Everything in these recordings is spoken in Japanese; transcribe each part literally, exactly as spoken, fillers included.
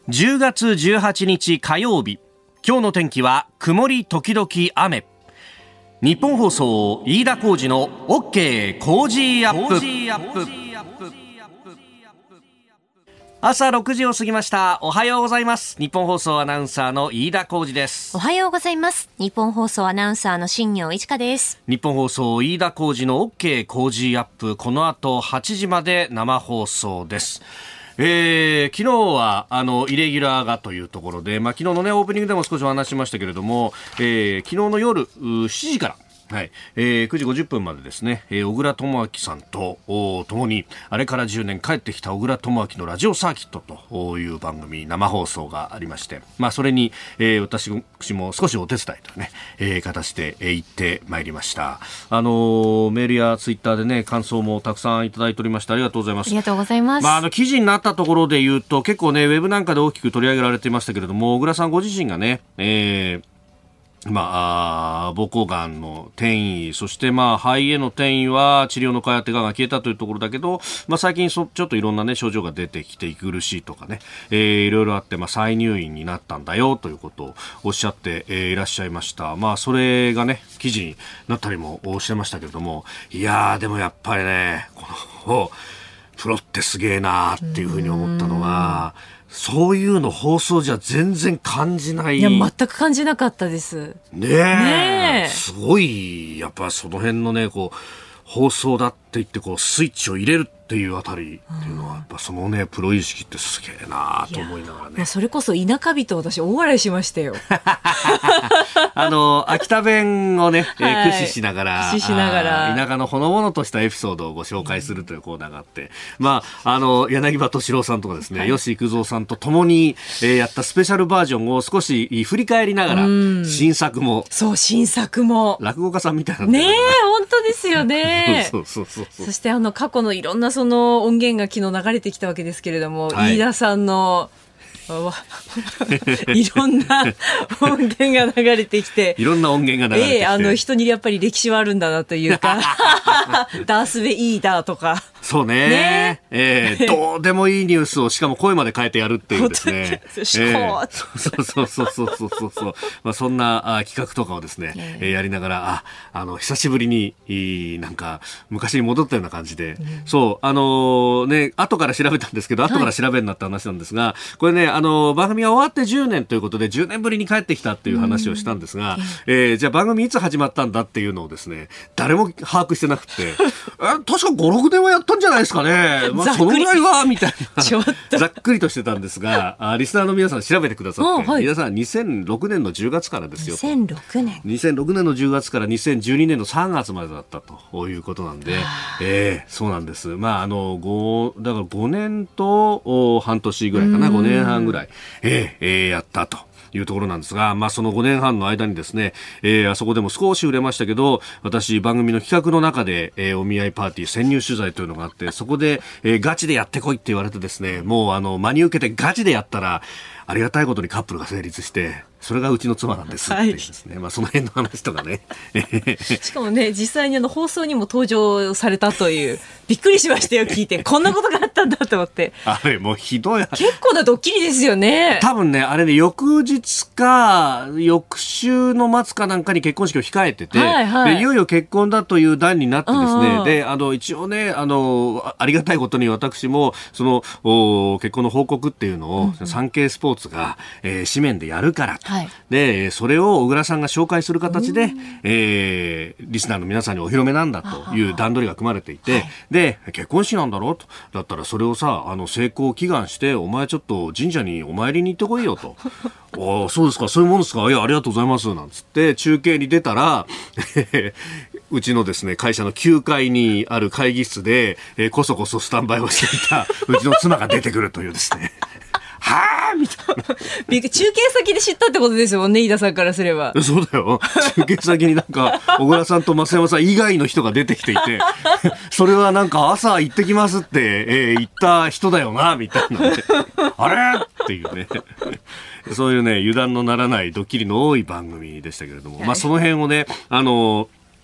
じゅうがつじゅうはちにち火曜日、今日の天気は曇り時々雨。日本放送飯田浩司の OK 工事アップ。朝ろくじを過ぎました。おはようございます。日本放送アナウンサーの飯田浩司です。 おはようございます。日本放送アナウンサーの新業一華です。 日本放送飯田浩司の OK 工事アップ、この後はちじまで生放送です。えー、昨日はあのイレギュラーがというところで、まあ、昨日の、ね、オープニングでも少しお話ししましたけれども、えー、昨日の夜しちじからはい、えー、くじごじゅっぷんまでですね、えー、小倉智昭さんと共にあれからじゅうねん帰ってきた小倉智昭のラジオサーキットという番組生放送がありまして、まあ、それに、えー、私も少しお手伝いというね、えー、形で、えー、行ってまいりました。あのー、メールやツイッターでね感想もたくさんいただいておりまして、ありがとうございます。 ありがとうございます。 まあ、あの記事になったところで言うと結構ねウェブなんかで大きく取り上げられていましたけれども、小倉さんご自身がね、えーまあ、膀胱がんの転移、そしてまあ肺への転移は治療の開発がんが消えたというところだけど、まあ、最近そちょっといろんな、ね、症状が出てきて息苦しいとかね、えー、いろいろあって、まあ、再入院になったんだよということをおっしゃって、えー、いらっしゃいました。まあ、それがね記事になったりもしてましたけれども、いやーでもやっぱりねこのプロってすげーなーっていうふうに思ったのが、そういうの放送じゃ全然感じない。 いや全く感じなかったです。 ねえ、 ねえ、 すごいやっぱその辺のねこう放送だって言ってこうスイッチを入れるっていうあたりっていうのはやっぱそのねプロ意識ってすげえなと思いながらね。 それこそ田舎人、私大笑いしましたよ。 あの秋田弁をね、はい、えー、駆使しながら駆使しながら田舎のほのぼのとしたエピソードをご紹介するというコーナーがあって、まああの柳葉敏郎さんとかですね、はい、吉幾三さんと共に、えー、やったスペシャルバージョンを少し振り返りながら新作も、 そう新作も落語家さんみたいなねえ本当ですよね。 そうそうそうそう。 そしてあの過去のいろんなその音源が昨日流れてきたわけですけれども、はい、飯田さんのいろんな音源が流れてきていろんな音源が流れてきて、 えー、あの人にやっぱり歴史はあるんだなというかダース・ベイーダーとかそうね、ねえー、どうでもいいニュースをしかも声まで変えてやるっていうですね、えー、そうそうそうそうそうそうそう、まあ、そんなあ企画とかをですね、えー、やりながらああの久しぶりにいいなんか昔に戻ったような感じで、うん、そうあのー、ね後から調べたんですけど後から調べになった話なんですが、はい、これねあの番組が終わってじゅうねんということでじゅうねんぶりに帰ってきたっていう話をしたんですが、うんえー、じゃあ番組いつ始まったんだっていうのをですね誰も把握してなくて確かご、ろくねんはやったんじゃないですかね、まあ、そのぐらいはみたいなちょっとざっくりとしてたんですがあリスナーの皆さん調べてくださって、はい、皆さんにせんろくねんのじゅうがつからですよ。 にせんろくねんにせんろくねんのじゅうがつからにせんじゅうにねんのさんがつまでだったということなんで、えー、そうなんです。まああのごだからごねんと半年ぐらいかな、ごねんはんぐらい、えーえー、やったというところなんですが、まあ、そのごねんはんの間にですね、えー、あそこでも少し売れましたけど、私番組の企画の中で、えー、お見合いパーティー潜入取材というのがあって、そこで、えー、ガチでやってこいって言われてですね、もうあの真に受けてガチでやったらありがたいことにカップルが成立して、それがうちの妻なんですっていうですね、はい、まあ、その辺の話とかねしかもね実際にあの放送にも登場されたというびっくりしましたよ聞いてこんなことがあったんだと思って。 あれもうひどい結構なドッキリですよね。 多分ねあれね翌日か翌週の末かなんかに結婚式を控えてて、はいはい、でいよいよ結婚だという段になってですね、であの一応ねあのありがたいことに私もその結婚の報告っていうのを、うんうん、サンケイスポーツが、えー、紙面でやるからと、はい、でそれを小倉さんが紹介する形で、えー、リスナーの皆さんにお披露目なんだという段取りが組まれていて、はい、で結婚式なんだろうとだったらそれをさあの成功を祈願してお前ちょっと神社にお参りに行ってこいよとあそうですかそういうものですかいやありがとうございますなんつって中継に出たらうちのですね会社のきゅうかいにある会議室で、えー、こそこそスタンバイをしていたうちの妻が出てくるというですねはぁみたいな中継先で知ったってことですよね飯田さんからすれば。 そうだよ中継先になんか小倉さんと増山さん以外の人が出てきていてそれはなんか朝行ってきますって、えー、言った人だよなみたいな、ね、あれっていうねそういうね油断のならないドッキリの多い番組でしたけれども、はい、まあその辺をねあの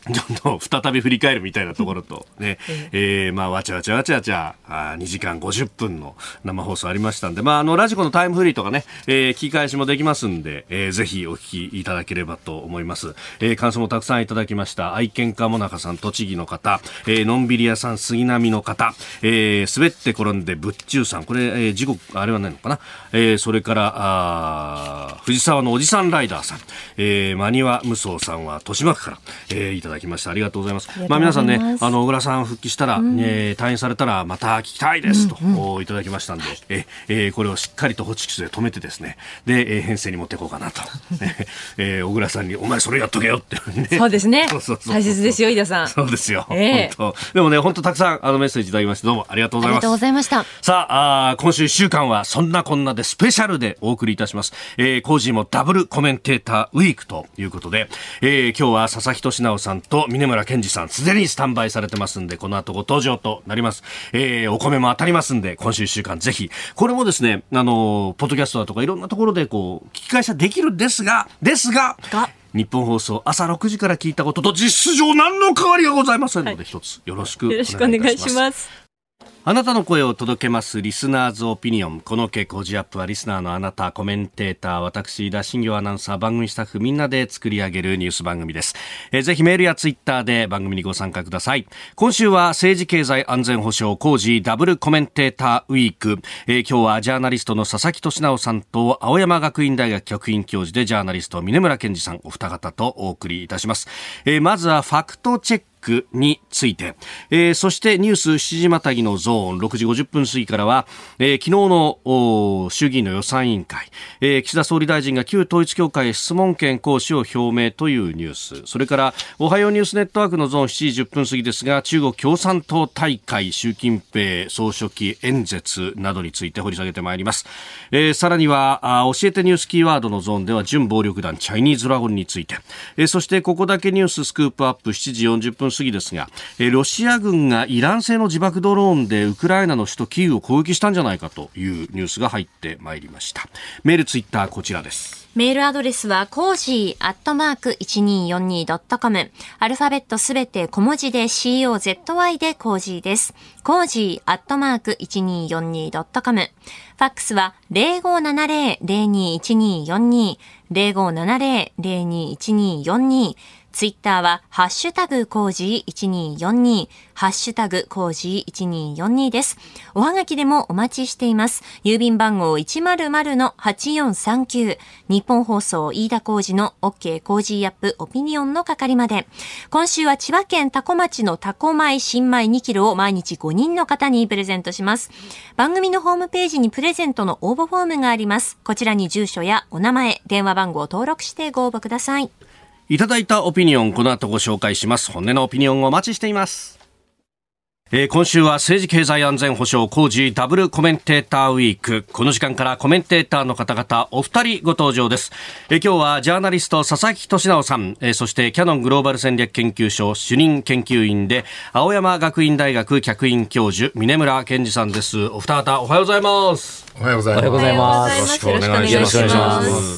ちょっと再び振り返るみたいなところと、ね、えー、まあ、わちゃわちゃわちゃわちゃ、あにじかんごじゅっぷんの生放送ありましたんで、まあ、あの、ラジコのタイムフリーとかね、えー、聞き返しもできますんで、えー、ぜひお聞きいただければと思います。えー、感想もたくさんいただきました。愛犬家もなかさん、栃木の方、えー、のんびり屋さん、杉並の方、えー、滑って転んでぶっちゅうさん、これ、えー、時刻、あれはないのかな、えー、それから、あ藤沢のおじさんライダーさん、えー、マニワ無双さんは豊島区から、えー、いただきました。ありがとうございます。まあ、皆さんね、あの小倉さん復帰したら、うんえー、退院されたらまた聞きたいですと、うんうん、いただきましたんで、ええー、これをしっかりとホチキスで止めてですね、で、えー、編成に持っていこうかなと、えー、小倉さんにお前それやっとけよって、ね、 そうですねそうそうそうそう大切ですよ井田さん。 そうですよ、えー、本当でもね本当たくさんあのメッセージいただきましてどうもありがとうございます。 ありがとうございました。 さあ、あ今週いっしゅうかんはそんなこんなでスペシャルでお送りいたします。えー、コージーもダブルコメンテーターウィークということで、えー、今日は佐々木俊直さんと峯村健二さんすでにスタンバイされてますんでこの後ご登場となります。えー、お米も当たりますんで今週いっしゅうかんぜひこれもですねあのポッドキャストだとかいろんなところでこう聞き返しはできるんですがですが日本放送朝ろくじから聞いたことと実質上何の変わりがございませんので、はい、一つよろしくお願いいたします。よろしくお願いします。あなたの声を届けますリスナーズオピニオン。この傾向ジアップはリスナーのあなた、コメンテーター、私、田新行アナウンサー、番組スタッフみんなで作り上げるニュース番組です。えー、ぜひメールやツイッターで番組にご参加ください。今週は政治経済安全保障工事ダブルコメンテーターウィーク。えー、今日はジャーナリストの佐々木俊直さんと青山学院大学客員教授でジャーナリスト峯村健二さんお二方とお送りいたします。えー、まずはファクトチェックについて、えー、そしてニュースしちじまたぎのゾーンろくじごじゅっぷん過ぎからは、えー、昨日の衆議院の予算委員会、えー、岸田総理大臣が旧統一教会へ質問権行使を表明というニュース、それからおはようニュースネットワークのゾーンしちじじゅっぷん過ぎですが中国共産党大会習近平総書記演説などについて掘り下げてまいります。えー、さらにはあ教えてニュースキーワードのゾーンでは準暴力団チャイニーズドラゴンについて、えー、そしてここだけニューススクープアップしちじよんじゅっぷん過ぎですが、えー、ロシア軍がイラン製の自爆ドローンでウクライナの首都キーウを攻撃したんじゃないかというニュースが入ってまいりました。メールツイッターこちらです。 メールアドレスはコージーアットマーク いちにーよんにードットコム、 アルファベットすべて小文字で シーオーゼットワイ でコージーです。コージーアットマーク いちにーよんにードットコム、 ファックスは ゼロごーななゼロ ゼロにーいちにーよんにー ゼロごーななゼロ ゼロにーいちにーよんにー、ツイッターはハッシュタグコージーいちにーよんにー、ハッシュタグコージーいちにーよんにーです。おはがきでもお待ちしています。郵便番号 いちまるまるのはちよんさんきゅう、日本放送飯田浩司の OK コージーアップオピニオンの係まで。今週は千葉県多古町の多古米新米にキロを毎日ごにんの方にプレゼントします。番組のホームページにプレゼントの応募フォームがあります。こちらに住所やお名前、電話番号を登録してご応募ください。 いただいたオピニオンこの後ご紹介します。本音のオピニオンをお待ちしています。えー、今週は政治経済安全保障工事ダブルコメンテーターウィーク。この時間からコメンテーターの方々お二人ご登場です。えー、今日はジャーナリスト佐々木俊直さん、えー、そしてキヤノングローバル戦略研究所主任研究員で青山学院大学客員教授峯村健二さんです。お二方おはようございます。 おはようございます。 よろしくお願いします。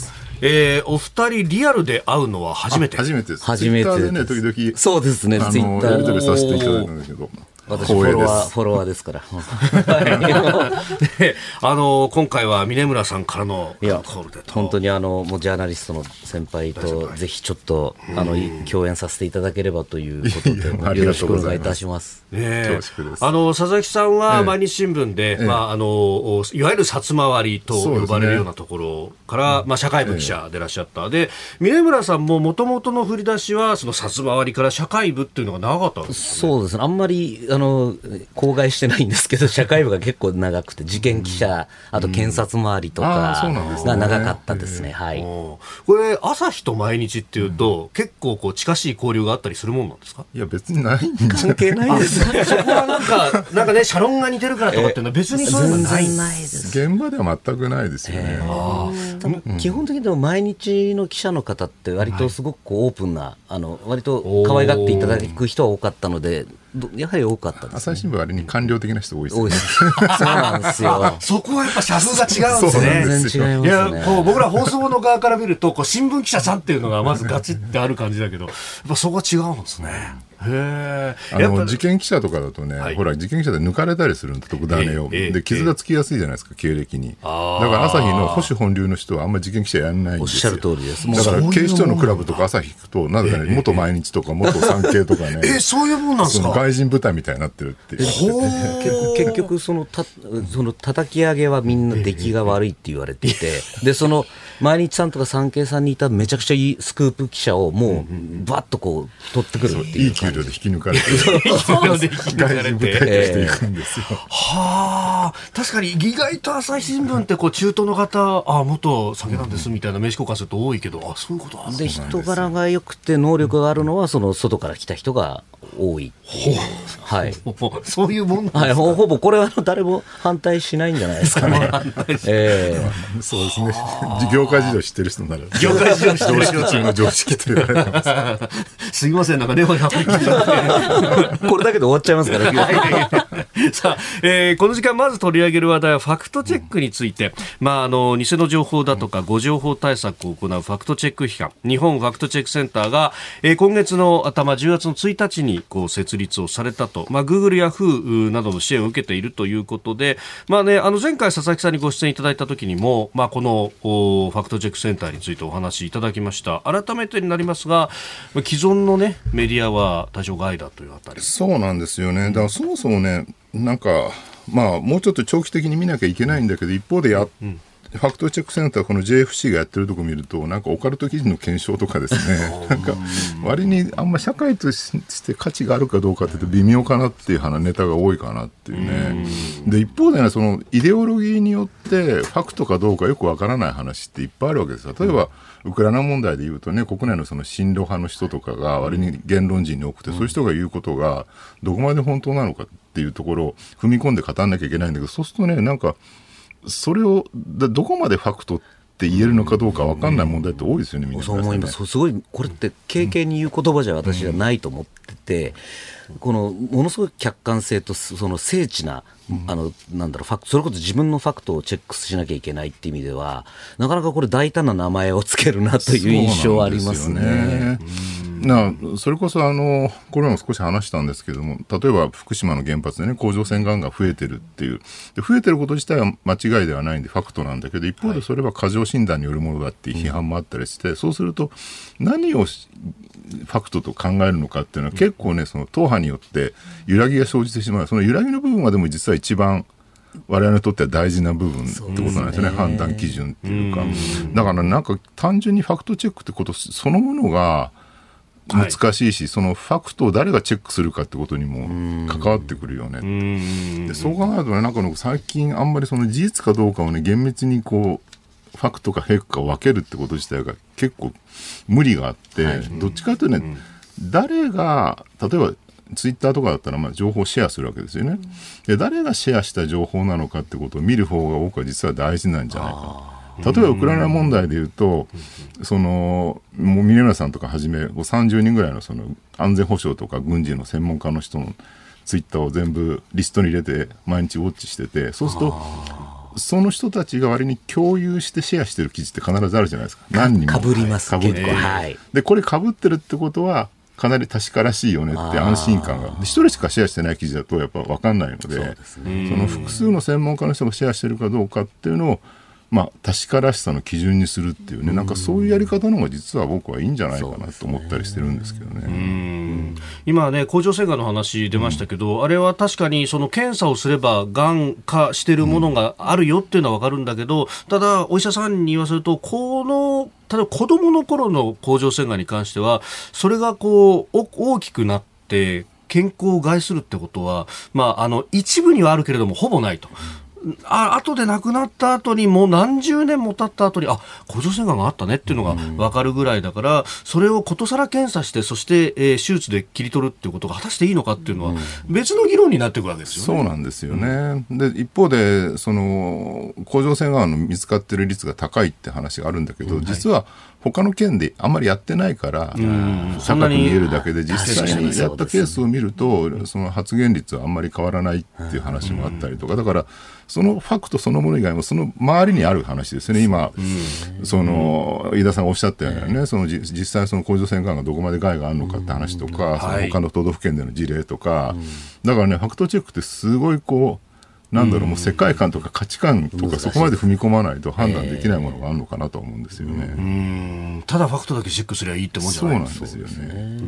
えー、お二人リアルで会うのは初めて。 初めてです。 初めてです。 ツイッターでね、時々 そうですね、ツイッターやり取りさせていただいたんだけど、 私フォロワーフォロワーですからであの今回は峯村さんからのコールでと本当にあのもうジャーナリストの先輩とぜひちょっとあの共演させていただければということでよろしくお願いいたします。 ね、あの佐々木さんは毎日新聞で、ええまあ、あのいわゆる札回りと呼ばれるようなところから、ねまあ、社会部記者でいらっしゃった、ええ、で峯村さんももともとの振り出しはその札回りから社会部っていうのが長かったんですかね。そうですね、あんまりあの口外してないんですけど社会部が結構長くて事件記者、うん、あと検察回りとかが長かったですね、うん、はい、 これ朝日と毎日っていうと、うん、結構こう近しい交流があったりするもんなんですか。 いや別にない関係ないですそこはなんかなんかねシャロンが似てるからとかっていうのは別にそういうのない、えー、 ないです。 現場では全くないですよね、えー、多分基本的にでも毎日の記者の方って割とすごくオープンな、はい、あの割と可愛がっていただく人は多かったのでやはり多かったです、ね、 朝日新聞はあれに官僚的な人多いですね。そうなんですよ。 そこはやっぱ社風が違うんですね。 全然違いますね。 いやこう僕ら放送の側から見るとこう新聞記者さんっていうのがまずガチってある感じだけどやっぱそこは違うんですね。へあの事件記者とかだとね、はい、ほら事件記者で抜かれたりするんで特ダネを、ええ、で傷がつきやすいじゃないですか、経歴に。だから朝日の保守本流の人はあんまり事件記者やらないんですよ。 おっしゃる通りです。 だから警視庁のクラブとか朝日行くとなぜかね、元毎日とか元産経とかねえそういうもんなんですか。 外人部隊みたいになってるって言ってて結局そのたその叩き上げはみんな出来が悪いって言われていて、でその毎日さんとか産経さんにいためちゃくちゃいいスクープ記者をもうバッとこう取ってくるっていういい給料で引き抜かれて外人部隊としていくんですよ。 はあ、確かに意外と朝日新聞ってこう中東の方あ元酒なんですみたいな名刺交換すると多いけど、あそういうことなんですね。 で人柄が良くて能力があるのはその外から来た人が多い。はい、 そういうもんなんですか。 はい、ほぼこれは誰も反対しないんじゃないですかね。えー、そうですね。業界事情知ってる人なら業界事情知ってる人中の常識と言われてます。 すいませんなんか電話がこれだけで終わっちゃいますからさあ、えー、この時間まず取り上げる話題はファクトチェックについて、まあ、あの偽の情報だとか誤情報対策を行うファクトチェック機関日本ファクトチェックセンターが、えー、今月の頭じゅうがつのついたちにこう設立をされたと、まあ、Google や Yahoo などの支援を受けているということで、まあね、あの前回佐々木さんにご出演いただいた時にも、まあ、このファクトチェックセンターについてお話しいただきました。改めてになりますが既存の、ね、メディアは対象外だというあたり。 そうなんですよね。だからそもそもねなんか、まあ、もうちょっと長期的に見なきゃいけないんだけど一方でや、うんファクトチェックセンターこの ジェイエフシー がやってるところ見るとなんかオカルト記事の検証とかですねなんか割にあんま社会として価値があるかどうかっていうと微妙かなっていうネタが多いかなっていうね。で一方で、ね、そのイデオロギーによってファクトかどうかよくわからない話っていっぱいあるわけです。例えばウクライナ問題でいうとね国内のその親ロ派の人とかが割に言論人に多くてそういう人が言うことがどこまで本当なのかっていうところを踏み込んで語らなきゃいけないんだけどそうするとねなんかそれをどこまでファクトって言えるのかどうか分かんない問題って多いですよね。みんなそう思います。すごいこれって軽々に言う言葉じゃ私はないと思ってて、このものすごい客観性とその精緻なあのなんだろうファクトそれこそ自分のファクトをチェックしなきゃいけないっていう意味ではなかなかこれ大胆な名前をつけるなという印象はありますね。 なそれこそあのこれも少し話したんですけども例えば福島の原発でね甲状腺がんが増えてるっていうで増えてること自体は間違いではないんでファクトなんだけど一方でそれは過剰診断によるものだっていう批判もあったりして、うん、そうすると何をファクトと考えるのかっていうのは結構ねその党派によって揺らぎが生じてしまう。その揺らぎの部分はでも実は一番我々にとっては大事な部分ってことなんですね。判断基準っていうかだからなんか単純にファクトチェックってことそのものが難しいし、はい、そのファクトを誰がチェックするかってことにも関わってくるよね。でそう考えるとねなんか最近あんまりその事実かどうかをね厳密にこうファクトかフェイクか分けるってこと自体が結構無理があって、はい、どっちかというとね誰が例えばツイッターとかだったらまあ情報をシェアするわけですよね。で誰がシェアした情報なのかってことを見る方が僕は実は大事なんじゃないか。例えばウクライナ問題でいうとそのもう峰村さんとかはじめさんじゅうにんぐらいのその安全保障とか軍事の専門家の人のツイッターを全部リストに入れて毎日ウォッチしててそうするとその人たちが割に共有してシェアしてる記事って必ずあるじゃないですか。何人もかぶりますかぶって、 はい、 でこれかぶってるってことはかなり確からしいよねって安心感が一人しかシェアしてない記事だとやっぱ分かんないの で, そうですね、その複数の専門家の人がシェアしてるかどうかっていうのをまあ、確からしさの基準にするっていうねなんかそういうやり方の方が実は僕はいいんじゃないかなと思ったりしてるんですけどね。 うん今ね甲状腺がんの話出ましたけど、うん、あれは確かにその検査をすればがん化してるものがあるよっていうのは分かるんだけどただお医者さんに言わせるとこの例えば子どもの頃の甲状腺がんに関してはそれがこう大きくなって健康を害するってことは、まあ、あの一部にはあるけれどもほぼないと。あ後で亡くなった後にもう何十年も経った後にあ甲状腺がんがあったねっていうのが分かるぐらいだからそれをことさら検査してそして、えー、手術で切り取るっていうことが果たしていいのかっていうのは別の議論になってくるわけですよね。 そうなんですよね。で一方でその甲状腺がんの見つかっている率が高いって話があるんだけど、うん、実は他の県であんまりやってないから高く見えるだけで、実際にやったケースを見るとその発言率はあんまり変わらないっていう話もあったりとか、だからそのファクトそのもの以外もその周りにある話ですね。今その飯田さんがおっしゃったようにね、その実際その甲状腺がんがどこまで害があるのかって話とか、その他の都道府県での事例とか、だからねファクトチェックってすごいこうなんだろう、もう世界観とか価値観とかそこまで踏み込まないと判断できないものがあるのかなと思うんですよね。 うん、ただファクトだけチェックすればいいってもんじゃないですか。 そうなんですよね。うん、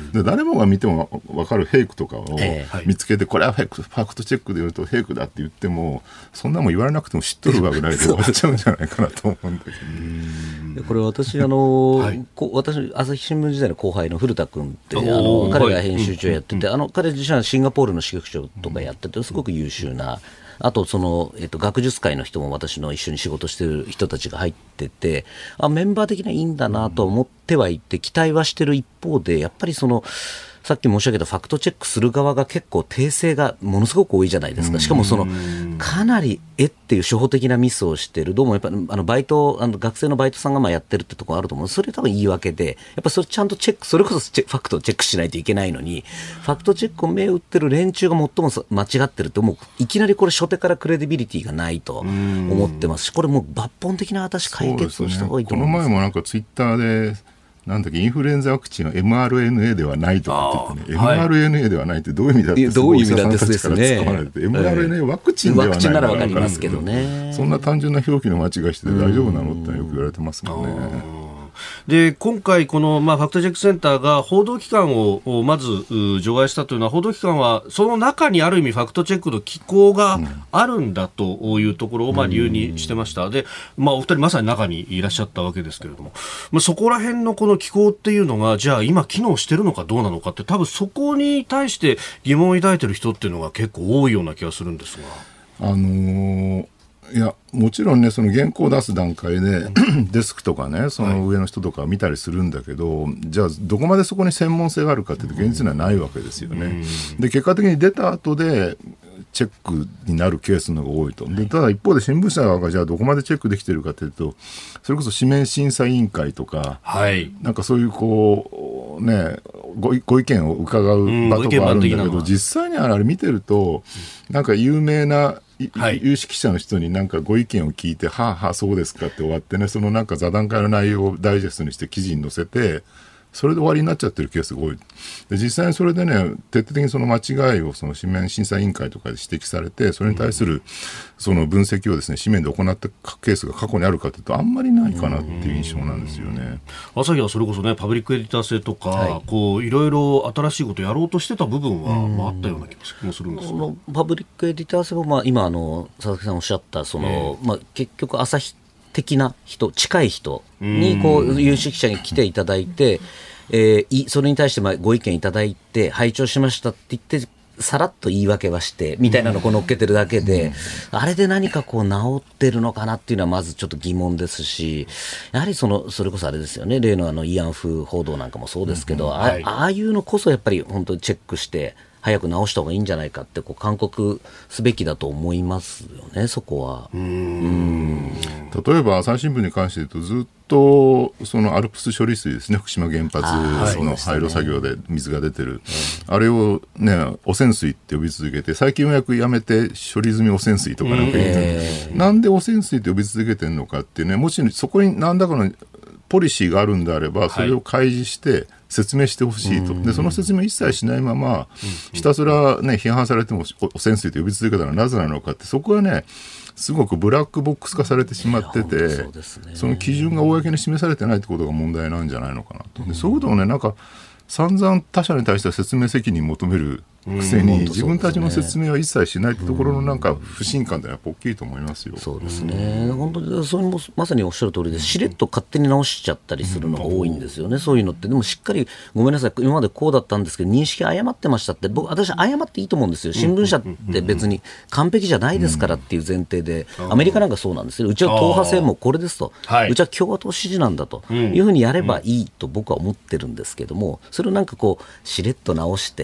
で誰もが見ても分かるフェイクとかを見つけて、これはフェイク、ファクトチェックで言うとフェイクだって言ってもそんなもん言われなくても知っとるわぐらいで終わっちゃうんじゃないかなと思うんだけど、 ね、これ私あの、はい、こ私朝日新聞時代の後輩の古田君ってあの彼が編集長やってて、はい、あの彼自身はシンガポールの支局長とかやっててすごく優秀な、あとその、えっと、学術会の人も私の一緒に仕事してる人たちが入ってて、あメンバー的にはいいんだなと思ってはいて期待はしてる一方で、やっぱりそのさっき申し上げたファクトチェックする側が結構訂正がものすごく多いじゃないですか。しかもそのかなりえっていう初歩的なミスをしてる、どうもやっぱあのバイトあの学生のバイトさんがまあやってるってところあると思う。それ多分言い訳で、やっぱそれちゃんとチェック、それこそファクトをチェックしないといけないのに、ファクトチェックを目を打ってる連中が最も間違ってると、もういきなりこれ初手からクレディビリティがないと思ってますし、これもう抜本的な私解決をした方がいいと思うんです。 この前もなんかツイッターでなんだっけインフルエンザワクチンは エムアールエヌエー ではないとかって言ってね、はい、エムアールエヌエー ではないってどういう意味だってすごいお医者さんたちから突っ込まれて、エムアールエヌエー ワクチンではない、 ワクチンならわかりますけどね、 そんな単純な表記の間違いして大丈夫なのってよく言われてますもんね。 で今回この、まあ、ファクトチェックセンターが報道機関をまず除外したというのは、報道機関はその中にある意味ファクトチェックの機構があるんだというところをまあ理由にしてました。で、まあ、お二人まさに中にいらっしゃったわけですけれども、まあ、そこら辺のこの機構っていうのがじゃあ今機能してるのかどうなのかって、多分そこに対して疑問を抱いてる人っていうのが結構多いような気がするんですが、 あのーいやもちろんね、その原稿を出す段階でデスクとかね、その上の人とか見たりするんだけど、はい、じゃあどこまでそこに専門性があるかっていうと現実にはないわけですよね。で結果的に出た後でチェックになるケースの方が多いと。でただ一方で新聞社側がじゃあどこまでチェックできてるかというと、それこそ紙面審査委員会とか、はい、なんかそういうこうねご, ご意見を伺う場とかあるんだけど、実際にあれ見てるとなんか有名なはい、有識者の人になんかご意見を聞いて、はあはあそうですかって終わってね、そのなんか座談会の内容をダイジェストにして記事に載せて、それで終わりになっちゃってるケースが多い。で実際にそれでね、徹底的にその間違いをその紙面審査委員会とかで指摘されて、それに対するその分析をですね紙面で行ったケースが過去にあるかというとあんまりないかなっていう印象なんですよね。 朝日はそれこそねパブリックエディター制とか、はい、こういろいろ新しいことをやろうとしてた部分は、まあ、あったような気もするんですが、 パブリックエディター制も、まあ、今あの佐々木さんおっしゃったその、まあ、結局朝日的な人近い人にこう有識者に来ていただいて、えー、それに対してまあご意見いただいて拝聴しましたって言ってさらっと言い訳はしてみたいなのをこう乗っけてるだけで、あれで何かこう治ってるのかなっていうのはまずちょっと疑問ですし、やはりそのそれこそあれですよね、例のあの慰安婦報道なんかもそうですけど、ああいうのこそやっぱり本当にチェックして早く直した方がいいんじゃないかってこう勧告すべきだと思いますよね、そこは。うーん、 例えば朝日新聞に関して言うとずっとそのアルプス処理水ですね、福島原発の廃炉作業で水が出てる、あれを、ね、汚染水って呼び続けて、最近ようやくやめて処理済み汚染水とかなんか言って、なんで汚染水って呼び続けてるのかっていうね、もしそこに何らかのポリシーがあるんであればそれを開示して説明してほしいと。でその説明一切しないままひたすら、ね、批判されても汚染水と呼び続けたらなぜなのかって、そこはねすごくブラックボックス化されてしまってて、 そ, うです、ね、その基準が公に示されてないってことが問題なんじゃないのかなと。でそういうことをね、なんか散々他者に対しては説明責任求めるくせに、自分たちの説明は一切しないってところのなんか不信感ってやっぱ大きいと思いますよ。 そうですね、本当にそれもまさにおっしゃる通りで、しれっと勝手に直しちゃったりするのが多いんですよね、そういうのって。でもしっかりごめんなさい今までこうだったんですけど認識誤ってましたって、僕私謝っていいと思うんですよ。新聞社って別に完璧じゃないですからっていう前提で、アメリカなんかそうなんですよ。うちは党派制もこれですと、うちは共和党支持なんだというふうにやればいいと僕は思ってるんですけども、それをなんかこうしれっと直して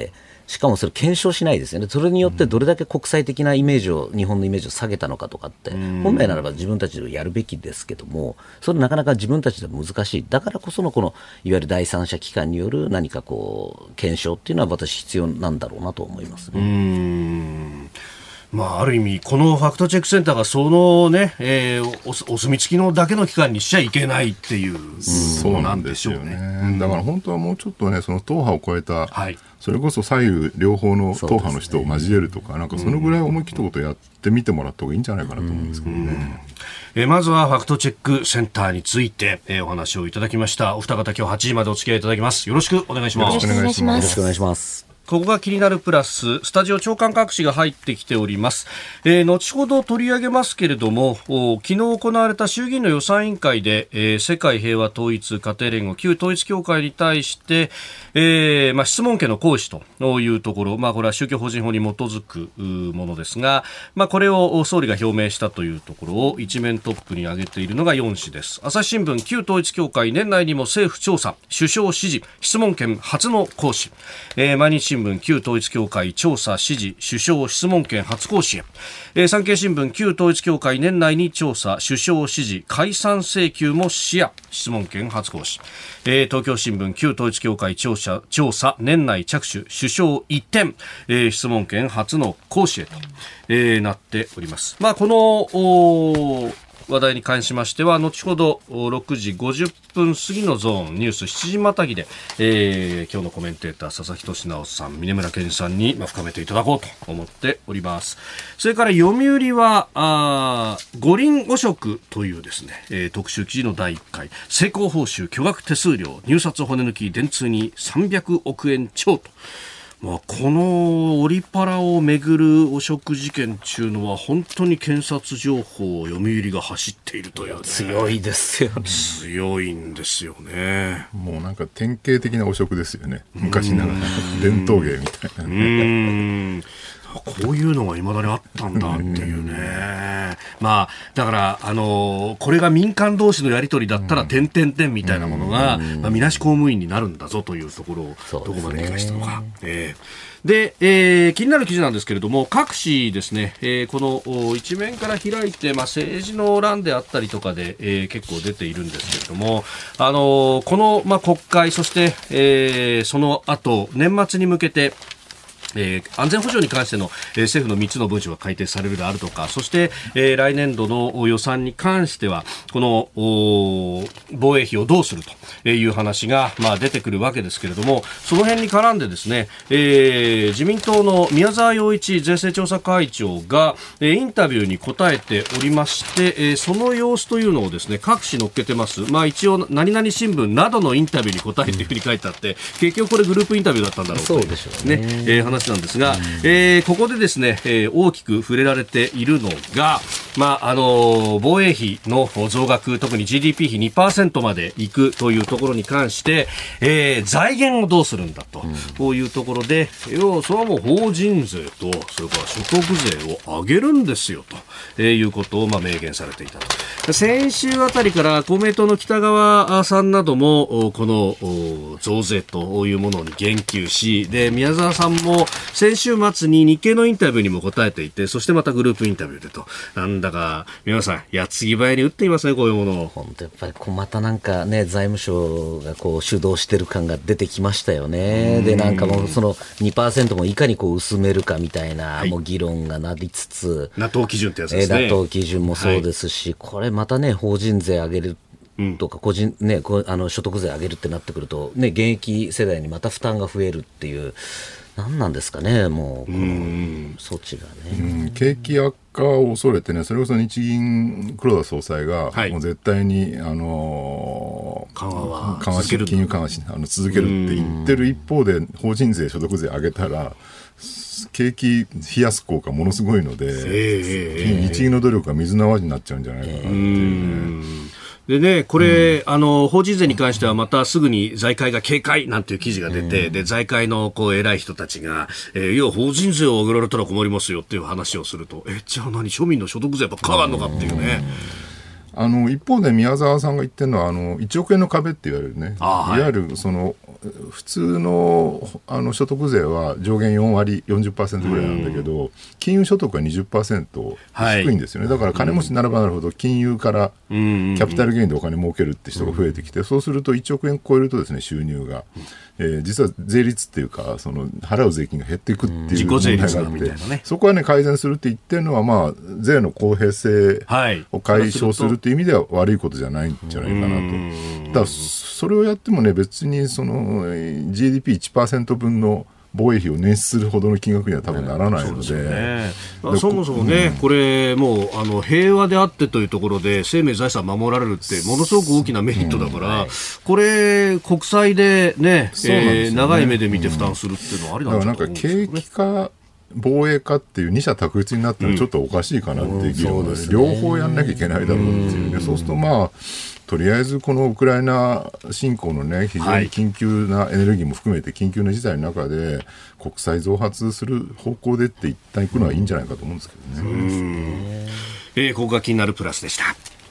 しかもそれ検証しないですよね。それによってどれだけ国際的なイメージを、日本のイメージを下げたのかとかって、本来ならば自分たちでやるべきですけども、それなかなか自分たちでは難しい。だからこそのこのいわゆる第三者機関による何かこう検証っていうのは私必要なんだろうなと思いますね。 うーん、まあ、ある意味このファクトチェックセンターがそのね、えー、お, お墨付きのだけの機関にしちゃいけないっていう、 そうなんですよね。だから本当はもうちょっとね、その党派を超えた、はい、それこそ左右両方の党派の人を交えるとか、なんかそのぐらい思い切ったことをやってみてもらった方がいいんじゃないかなと思うんですけどね。 えー、まずはファクトチェックセンターについて、えー、お話をいただきました。お二方今日はちじまでお付き合いいただきます。よろしくお願いします。 よろしくお願いします。 よろしくお願いします。 ここが気になるプラス、スタジオ長官各紙が入ってきております。えー、後ほど取り上げますけれども、昨日行われた衆議院の予算委員会で、えー、世界平和統一家庭連合旧統一教会に対して、えーまあ、質問権の行使というところ、まあ、これは宗教法人法に基づくものですが、まあ、これを総理が表明したというところを一面トップに挙げているのがよん紙です。朝日新聞、旧統一教会年内にも政府調査、首相指示、質問権初の行使。えー、毎日新聞、旧統一教会調査指示、首相質問権初行使へ。えー、産経新聞、旧統一教会年内に調査、首相指示、解散請求も視野、質問権初行使。えー、東京新聞、旧統一教会調査、調査年内着手、首相一転、えー、質問権初の行使へと、えー、なっております。まあ、この話題に関しましては後ほどろくじごじゅっぷん過ぎのゾーンニュースしちじまたぎで、えー、今日のコメンテーター佐々木俊直さん、峯村健さんに、まあ、深めていただこうと思っております。それから読売はあ五輪汚職というですね、えー、特集記事のだいいっかい、成功報酬巨額手数料入札骨抜き電通にさんびゃくおくえん超と、まあ、このオリパラをめぐる汚職事件というのは本当に検察情報を読売が走っているという、ね、 強いですよね。 強いんですよね。 もうなんか典型的な汚職ですよね。昔ながら伝統芸みたいな、ね、うーんこういうのが未だにあったんだっていうね。まあだからあのこれが民間同士のやり取りだったら点々点みたいなものが、まあ、みなし公務員になるんだぞというところをどこまで理解したのか。えー、で、えー、気になる記事なんですけれども、各紙ですね、えー、この一面から開いて、まあ、政治の欄であったりとかで、えー、結構出ているんですけれども、あのこの、まあ、国会そして、えー、その後年末に向けてえー、安全保障に関しての、えー、政府のみっつの文書が改定されるであるとか、そして、えー、来年度の予算に関してはこの防衛費をどうするという話が、まあ、出てくるわけですけれども、その辺に絡んでですね、えー、自民党の宮沢洋一税制調査会長が、えー、インタビューに答えておりまして、えー、その様子というのをですね各紙載っけてます。まあ、一応何々新聞などのインタビューに答えて振り返ってあって、結局これグループインタビューだったんだろうという、 そうでしょうね、 ねえー、話なんですが、えー、ここでですね、えー、大きく触れられているのが、まああのー、防衛費の増額、特に ジーディーピー 比 にパーセント までいくというところに関して、えー、財源をどうするんだと、うん、こういうところで、要それはもう法人税とそれから所得税を上げるんですよと、えー、いうことをまあ明言されていたと。先週あたりから公明党の北川さんなどもこの増税というものに言及し、で宮沢さんも先週末に日経のインタビューにも答えていて、そしてまたグループインタビューでと、なんだか皆さん矢継ぎ早に打っていますね、こういうものを。 本当やっぱりこうまたなんかね、財務省がこう主導してる感が出てきましたよね。でなんかもうその にパーセント もいかにこう薄めるかみたいな、はい、もう議論がなりつつ、 ナトー 基準ってやつですね。 ナトー 基準もそうですし、はい、これまたね法人税上げるとか個人、ね、あの所得税上げるってなってくると、ね、現役世代にまた負担が増えるっていう、何なんですかね、もうこの措置がね、 うん、景気悪化を恐れてね、それこそ日銀黒田総裁が、はい、もう絶対に、あのー、緩和は緩和し金融緩和しあの続けるって言ってる一方で、法人税所得税上げたら景気冷やす効果ものすごいので、えー、日銀の努力が水の泡になっちゃうんじゃないかなっていうね。 でね、これ、うん、あの法人税に関してはまたすぐに財界が警戒なんていう記事が出て、うん、で財界のこう偉い人たちが、えー、いや法人税を上げられたら困りますよっていう話をすると、えじゃあ何庶民の所得税ばっか上がるのかっていうね。 あの一方で宮沢さんが言ってるのはあのいちおくえんの壁って言われるね、はい、いわゆるその普通 の, あの所得税は上限よんわり よんじゅっパーセント ぐらいなんだけど、金融所得は にじゅっパーセント 低いんですよね、はい、だから金持ちになればなるほど金融からキャピタルゲインでお金儲けるって人が増えてきて、そうするといちおくえん超えるとですね、収入が、えー、実は税率っていうかその払う税金が減っていくっていう問題があって、ね、そこはね改善するって言ってるのは、まあ、税の公平性を解消するっていう意味では悪いことじゃないんじゃないかなと。だからそれをやってもね、別にその ジーディーピーいちパーセント 分の防衛費を捻出するほどの金額には多分ならないので、 ね、そ, ねそもそもね、うん、これもうあの平和であってというところで生命財産守られるってものすごく大きなメリットだから、うんはい、これ国債で ね, でね、えー、長い目で見て負担するっていうのはありなんじゃないかと思うんですよね。 だからなんか景気か防衛かっていう二者択一になったらちょっとおかしいかなっていう議論が、ねうん、両方やんなきゃいけないだろうっていうね、うん、そうするとまあとりあえずこのウクライナ侵攻のね非常に緊急なエネルギーも含めて緊急な事態の中で国債増発する方向でって一旦行くのはいいんじゃないかと思うんですけどね。 うんえー、ここが気になるプラスでした。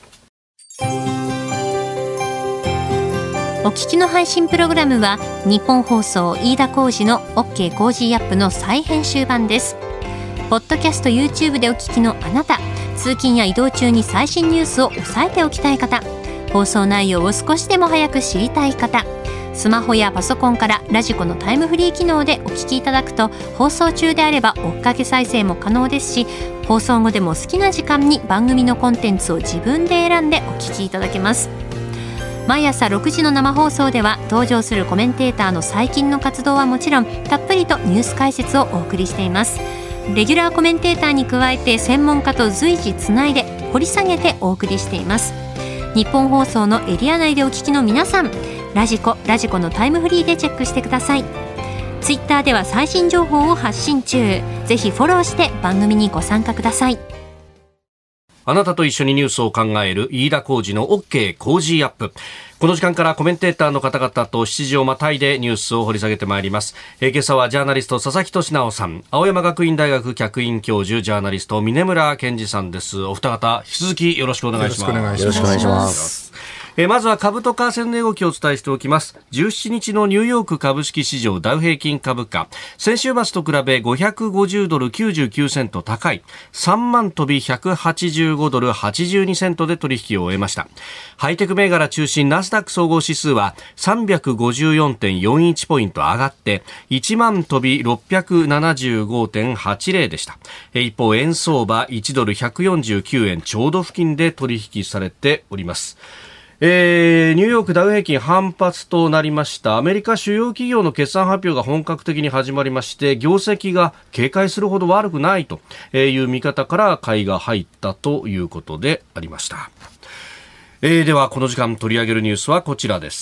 お聞きの配信プログラムは日本放送飯田浩司の OK コージーアップの再編集版です。ポッドキャスト YouTube でお聞きのあなた、通勤や移動中に最新ニュースを押さえておきたい方、放送内容を少しでも早く知りたい方、スマホやパソコンからラジコのタイムフリー機能でお聞きいただくと、放送中であれば追っかけ再生も可能ですし、放送後でも好きな時間に番組のコンテンツを自分で選んでお聞きいただけます。毎朝ろくじの生放送では登場するコメンテーターの最近の活動はもちろん、たっぷりとニュース解説をお送りしています。レギュラーコメンテーターに加えて専門家と随時つないで掘り下げてお送りしています。日本放送のエリア内でお聞きの皆さん、ラジコ、ラジコのタイムフリーでチェックしてください。ツイッターでは最新情報を発信中。ぜひフォローして番組にご参加ください。 あなたと一緒にニュースを考える飯田浩司の OK コージーアップ。この時間からコメンテーターの方々としちじをまたいでニュースを掘り下げてまいります。えー、今朝はジャーナリスト佐々木俊直さん、青山学院大学客員教授ジャーナリスト峯村健二さんです。お二方引き続きよろしくお願いします。 よろしくお願いします。 えー、まずは株と為替の値動きをお伝えしておきます。じゅうしちにちのニューヨーク株式市場ダウ平均株価、先週末と比べごひゃくごじゅうドルきゅうじゅうきゅうセント高いさんまん飛びひゃくはちじゅうごドルはちじゅうにセントで取引を終えました。ハイテク銘柄中心ナスダック総合指数は さんびゃくごじゅうよんてんよんいち ポイント上がっていちまん飛びろっぴゃくななじゅうごてんはちぜろでした。一方円相場いちドルひゃくよんじゅうきゅうえんちょうど付近で取引されております。えー、ニューヨークダウ平均反発となりました。アメリカ主要企業の決算発表が本格的に始まりまして、業績が警戒するほど悪くないという見方から買いが入ったということでありました。えー、ではこの時間取り上げるニュースはこちらです。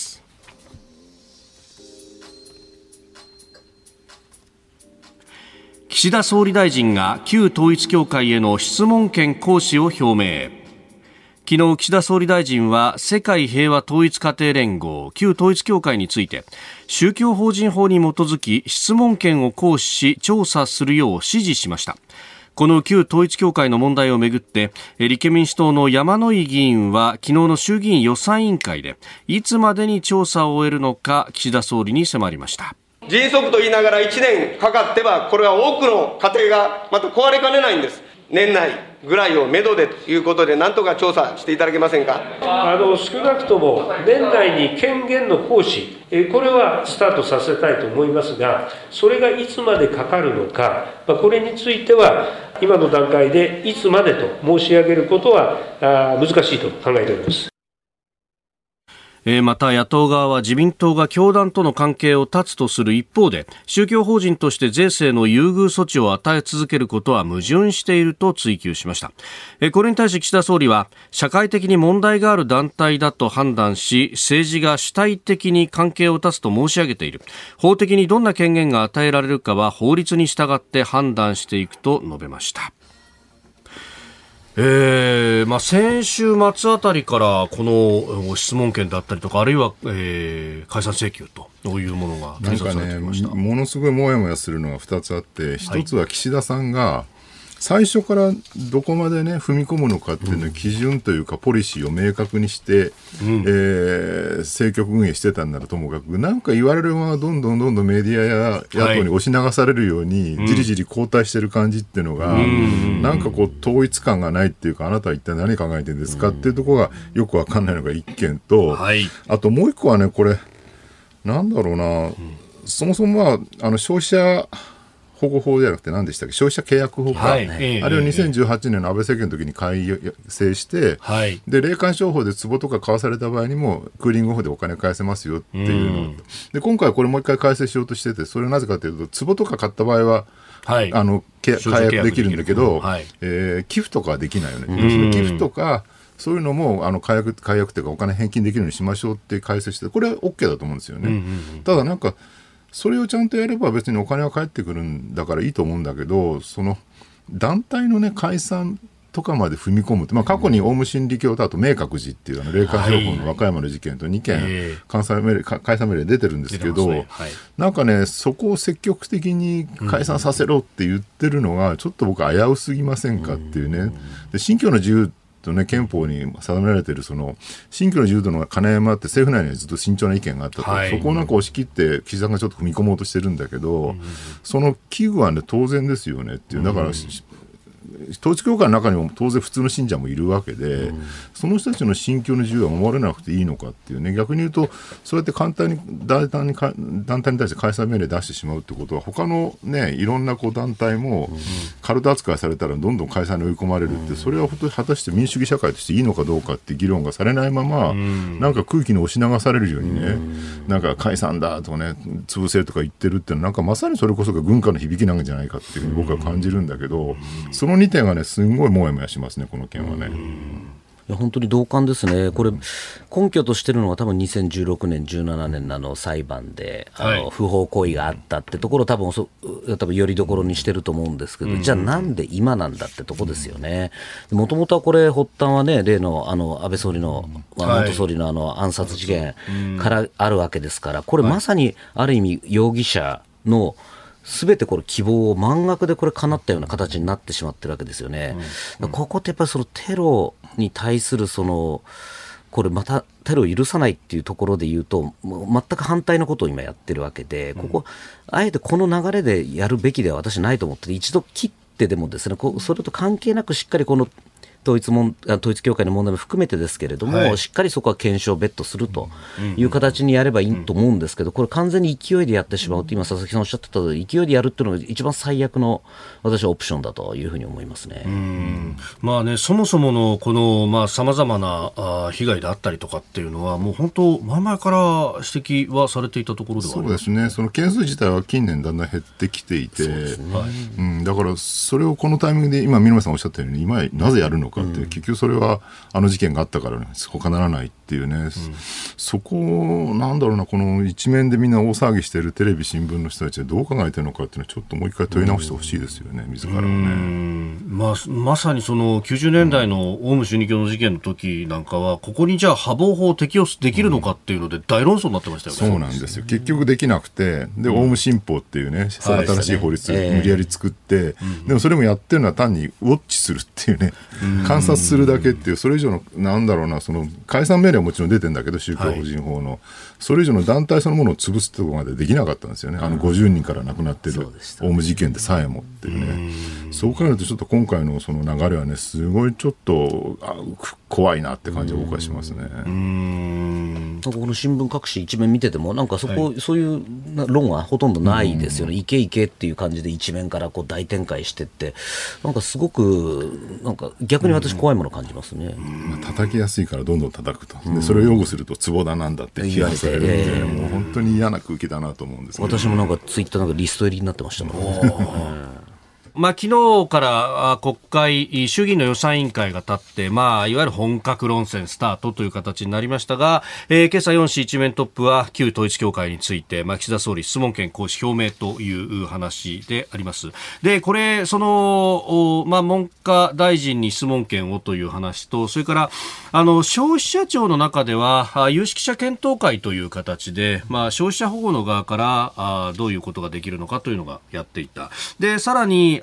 岸田総理大臣が旧統一教会への質問権行使を表明。昨日岸田総理大臣は世界平和統一家庭連合旧統一教会について宗教法人法に基づき質問権を行使し調査するよう指示しました。この旧統一教会の問題をめぐって立憲民主党の山井議員は昨日の衆議院予算委員会でいつまでに調査を終えるのか岸田総理に迫りました。 迅速と言いながらいちねんかかってはこれは多くの家庭がまた壊れかねないんです。年内ぐらいをめどでということで何とか調査していただけませんか。 あの少なくとも年内に権限の行使、これはスタートさせたいと思いますが、それがいつまでかかるのか、これについては今の段階でいつまでと申し上げることは難しいと考えております。 また野党側は自民党が教団との関係を断つとする一方で、宗教法人として税制の優遇措置を与え続けることは矛盾していると追及しました。これに対し岸田総理は社会的に問題がある団体だと判断し、政治が主体的に関係を断つと申し上げている。法的にどんな権限が与えられるかは法律に従って判断していくと述べました。えーまあ、先週末あたりからこの質問権だったりとか、あるいは、えー、解散請求というものがなんかね、ものすごいもやもやするのがふたつあって、ひとつは岸田さんが最初からどこまで、ね、踏み込むのかっていうのを基準というかポリシーを明確にして、うんえー、政局運営してたんならともかくなんか言われるままどんどんどんどんメディアや野党に押し流されるように、はい、じりじり後退してる感じっていうのが、うん、なんかこう統一感がないっていうかあなたは一体何考えてるんですかっていうところがよくわかんないのが一件と、はい、あともう一個はねこれなんだろうな、うん、そもそもはあの消費者保護法じゃなくて何でしたっけ消費者契約法か、はい、あれをにせんじゅうはちねんの安倍政権の時に改正して、はい、で霊感商法で壺とか買わされた場合にもクーリング法でお金返せますよっていうの、うん、で今回これもう一回改正しようとしててそれはなぜかというと壺とか買った場合ははい、あの解約できるんだけど、はいえー、寄付とかはできないよね、うん、寄付とかそういうのもあの解約、解約というかお金返金できるようにしましょうって改正してこれは OK だと思うんですよね、うんうんうん、ただなんかそれをちゃんとやれば別にお金は返ってくるんだからいいと思うんだけどその団体の、ね、解散とかまで踏み込むって、まあ、過去にオウム真理教とあと明覚寺っていうあの霊感商法の和歌山の事件とにけん、はい、解散命令、解散命令出てるんですけど、ねはい、なんかねそこを積極的に解散させろって言ってるのがちょっと僕危うすぎませんかっていうねで信教の自由とね、憲法に定められているその信教の自由との兼ね合いもあって政府内にはずっと慎重な意見があったと、はい、そこをなんか押し切って岸田さんがちょっと踏み込もうとしてるんだけど、うん、その危惧はね当然ですよねっていうだから、うん統一教会の中にも当然普通の信者もいるわけで、うん、その人たちの信教の自由は守れなくていいのかっていうね逆に言うとそうやって簡単に団体に団体に対して解散命令出してしまうってことは他のねいろんなこう団体もカルト扱いされたらどんどん解散に追い込まれるって、うん、それは本当に果たして民主主義社会としていいのかどうかって議論がされないまま、うん、なんか空気に押し流されるようにね、うん、なんか解散だとかね潰せとか言ってるっていうのはなんかまさにそれこそが軍歌の響きなんじゃないかっていうふうに僕は感じるんだけど、うん、そのにてんがねすんごいもやもやしますねこの件はね。 いや本当に同感ですね。これ根拠としてるのは多分にせんじゅうろくねんじゅうななねんのあの裁判であの不法行為があったってところを多分そ多分よりどころにしてると思うんですけど、うん、じゃあなんで今なんだってとこですよね。もともとはこれ発端はね例のあの安倍総理の、まあ、元総理のあの暗殺事件からあるわけですからこれまさにある意味容疑者のすべてこれ希望を満額でこれ叶ったような形になってしまってるわけですよね、うんうん、ここってやっぱりそのテロに対するそのこれまたテロを許さないっていうところで言うと全く反対のことを今やってるわけでここあえてこの流れでやるべきでは私ないと思って一度切ってでもですねこうそれと関係なくしっかりこの統一も統一教会の問題も含めてですけれども、はい、しっかりそこは検証別途するという形にやればいいと思うんですけどこれ完全に勢いでやってしまうと今佐々木さんおっしゃってた通り勢いでやるっていうのが一番最悪の私はオプションだというふうに思いますね。 うんまあねそもそものこのまあ様々なあ被害であったりとかっていうのはもう本当前々から指摘はされていたところではあります。 そうですねその件数自体は近年だんだん減ってきていて、ねうん、だからそれをこのタイミングで今見沼さんおっしゃったように今なぜやるのかって、うん、結局それはあの事件があったから、ね、他ならないっていうね、うん、そこをなんだろうなこの一面でみんな大騒ぎしているテレビ新聞の人たちはどう考えてるのかっていうのはちょっともう一回問い直してほしいですよね、うん、自らをね、 うんまあ、まさにそのきゅうじゅうねんだいのオウム真理教の事件の時なんかはここにじゃあ破防法を適用できるのかっていうので大論争になってましたよね、 うん、そうなんですよ結局できなくてで、うん、オウム新法っていうね新しい法律を無理やり作って、えー、でもそれもやってるのは単にウォッチするっていうね、うん、観察するだけっていうそれ以上のなんだろうなその解散命令はもちろん出てるんだけど宗教法人法の、はい、それ以上の団体そのものを潰すところまでできなかったんですよねあのごじゅうにんから亡くなってるオウム事件でさえもっていうねそう考えるとちょっと今回のその流れはねすごいちょっとあ怖いなって感じが僕はしますね。うーんこの新聞各紙一面見ててもなんかそこ、はい、そういう論はほとんどないですよね。いけいけっていう感じで一面からこう大展開してってなんかすごくなんか逆に私怖いものを感じますね。 まあ、叩きやすいからどんどん叩くとでそれを擁護するとツボだなんだって批判されるんで、えー、もう本当に嫌な空気だなと思うんですけど、ね、 私もなんかツイッターなんかリスト入りになってましたもんね。 まあ、昨日から国会衆議院の予算委員会が立って、まあ、いわゆる本格論戦スタートという形になりましたが、えー、今朝よん紙一面トップは旧統一教会について、まあ、岸田総理質問権行使表明という話であります。でこれその、まあ、文科大臣に質問権をという話とそれからあの消費者庁の中では有識者検討会という形で、まあ、消費者保護の側からあどういうことができるのかというのがやっていた。でさらに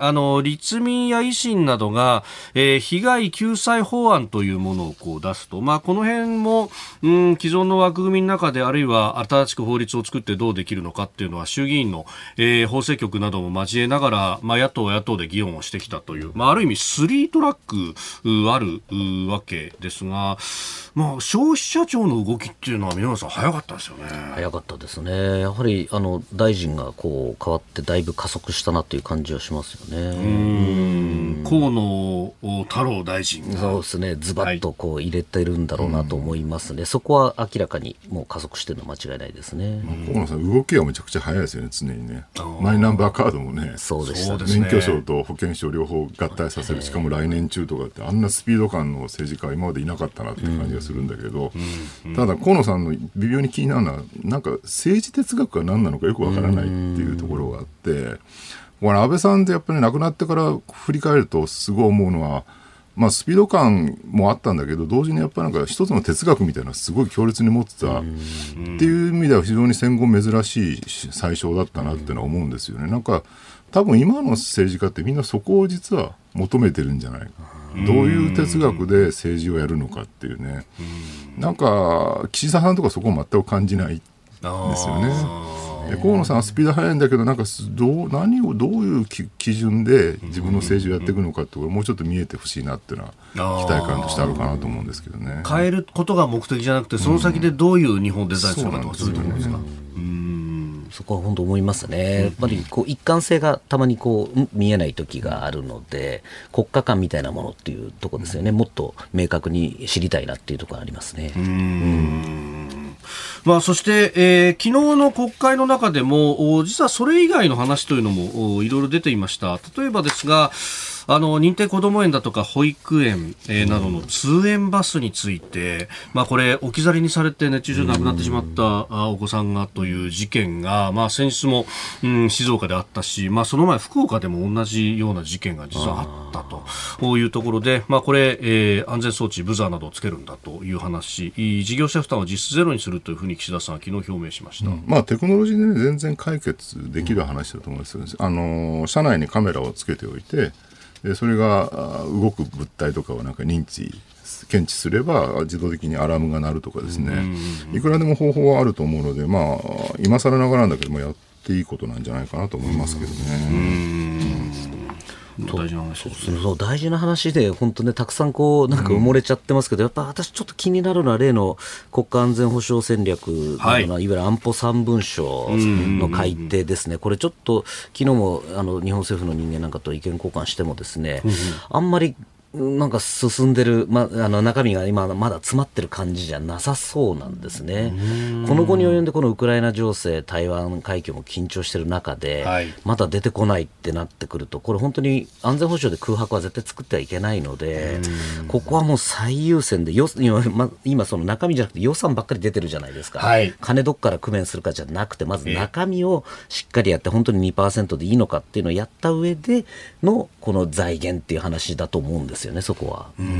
あの立民や維新などが、えー、被害救済法案というものをこう出すと、まあ、この辺も、うん、既存の枠組みの中であるいは新しく法律を作ってどうできるのかっていうのは衆議院の、えー、法制局なども交えながら、まあ、野党野党で議論をしてきたという、まあ、ある意味スリートラックあるわけですが、まあ、消費者庁の動きっていうのは皆さん早かったですよね。 早かったですね。やはりあの大臣がこう変わってだいぶ加速したなという感じはしますよね。 うーん、河野太郎大臣がそうですね、ズバッとこう入れてるんだろうなと思いますね、はい、そこは明らかにもう加速してるのは間違いないですね。 河野さん動きはめちゃくちゃ早いですよね。常にね、マイナンバーカードもね、 そうでした、ね、 免許証と保険証両方合体させる、しかも来年中とかって、あんなスピード感の政治家は今までいなかったなって感じがするんだけど、うんうん、ただ河野さんの微妙に気になるのは、なんか政治哲学が何なのかよくわからないっていうところがあって、これ安倍さんってやっぱり亡くなってから振り返るとすごい思うのは、まあ、スピード感もあったんだけど、同時にやっぱりなんか一つの哲学みたいなのすごい強烈に持ってたっていう意味では非常に戦後珍しい最初だったなっていうのは思うんですよね。なんか多分今の政治家ってみんなそこを実は求めてるんじゃないか、どういう哲学で政治をやるのかっていうね、なんか岸田さんとかそこを全く感じないんですよね。で河野さんはスピード速いんだけど、なんかどう何をどういう基準で自分の政治をやっていくのかってことをもうちょっと見えてほしいなっていうのは期待感としてあるかなと思うんですけどね。 変えることが目的じゃなくて、その先でどういう日本をデザインするかとか、そういうところですか。 そこは本当思いますね。やっぱりこう一貫性がたまにこう見えない時があるので、国家観みたいなものっていうところですよね。もっと明確に知りたいなっていうところがありますね。うーん、 うんまあ、そして、えー、昨日の国会の中でも実はそれ以外の話というのもいろいろ出ていました。例えばですが、あの認定こども園だとか保育園、えー、などの通園バスについて、まあ、これ置き去りにされて熱中症で亡くなってしまったお子さんがという事件が、まあ、先日も、うん、静岡であったし、まあ、その前福岡でも同じような事件が実はあったというところで、まあ、これ、えー、安全装置ブザーなどをつけるんだという話、事業者負担を実質ゼロにするというふうに岸田さんは昨日表明しました。 うんまあ、テクノロジーで、ね、全然解決できる話だと思うんですよね。あの車内にカメラをつけておいて、でそれが動く物体とかをなんか認知検知すれば自動的にアラームが鳴るとかですね、いくらでも方法はあると思うので、まあ、今更ながらなんだけどもやっていいことなんじゃないかなと思いますけどね。うーん大事な話ですね。 そう大事な話で本当ね、たくさんこうなんか埋もれちゃってますけど、うん、やっぱ私ちょっと気になるのは例の国家安全保障戦略のような、はい、いわゆる安保三文書の改定ですね。これちょっと昨日もあの日本政府の人間なんかと意見交換してもですね、うん、あんまりなんか進んでる、ま、あの中身が今まだ詰まってる感じじゃなさそうなんですね。この後に及んでこのウクライナ情勢、台湾海峡も緊張してる中で、はい、まだ出てこないってなってくると、これ本当に安全保障で空白は絶対作ってはいけないので、ここはもう最優先でよ今、ま、今その中身じゃなくて予算ばっかり出てるじゃないですか、はい、金どっから工面するかじゃなくて、まず中身をしっかりやって本当に にパーセント でいいのかっていうのをやった上でのこの財源っていう話だと思うんですよね。そこは、うん、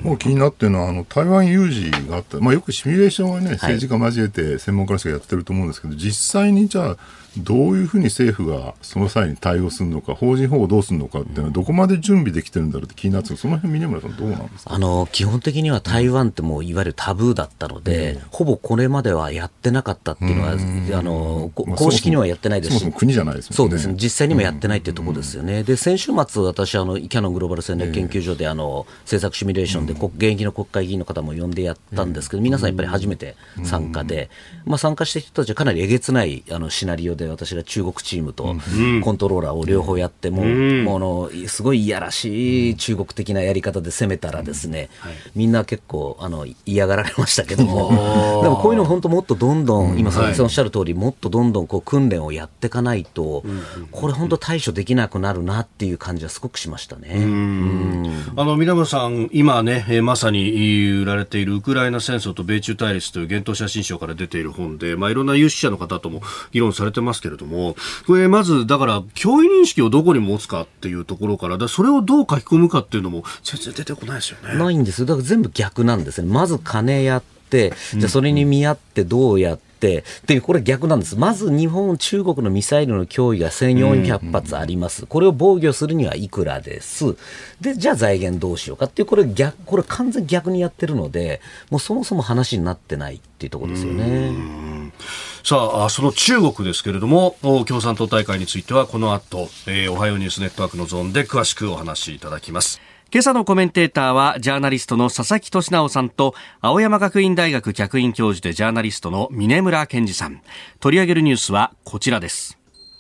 もう気になってるのはあの台湾有事があった、まあ、よくシミュレーションはね、政治家交えて専門家の人がやってると思うんですけど、実際にじゃあどういうふうに政府がその際に対応するのか、法人法をどうするのかっていうのはどこまで準備できてるんだろうって気になって、その辺峰村さんどうなんですか。 あの基本的には台湾ってもういわゆるタブーだったので、うん、ほぼこれまではやってなかったっていうのは、あの公式にはやってないですし、 そもそも国じゃないですもんね。 そうですね、実際にもやってないっていうところですよね。で先週末私あのキヤノングローバル戦略研究所であの政策シミュレーションで、うん、現役の国会議員の方も呼んでやったんですけど、皆さんやっぱり初めて参加で、まあ、参加した人たちはかなりえげつないあのシナリオで、私が中国チームとコントローラーを両方やって、もう、うん、もうのすごいいやらしい中国的なやり方で攻めたらですね、うんはい、みんな結構あの嫌がられましたけども、でもこういうの本当もっとどんどん、今佐々木さんおっしゃる通り、もっとどんどんこう訓練をやっていかないと、これ本当対処できなくなるなっていう感じはすごくしましたね。うんうんあの皆さん今ね、えー、まさに売られているウクライナ戦争と米中対立という幻冬写真賞から出ている本で、まあ、いろんな有識者の方とも議論されてますけれども、これまずだから脅威認識をどこに持つかっていうところから、だそれをどう書き込むかっていうのも全然出てこないですよね。 ないんですよ。だから全部逆なんですね。まず金やって、じゃあそれに見合ってどうやってで、でこれ逆なんです。まず日本、中国のミサイルの脅威がせんよんひゃく発あります。これを防御するにはいくらです。で、じゃあ財源どうしようかっていう、これ逆、これ完全に逆にやってるので、もうそもそも話になってないっていうところですよね。 さあ、その中国ですけれども、共産党大会についてはこの後、えー、おはようニュースネットワークのゾーンで詳しくお話しいただきます。今朝のコメンテーターはジャーナリストの佐々木俊直さんと青山学院大学客員教授でジャーナリストの峰村健二さん。取り上げるニュースはこちらです。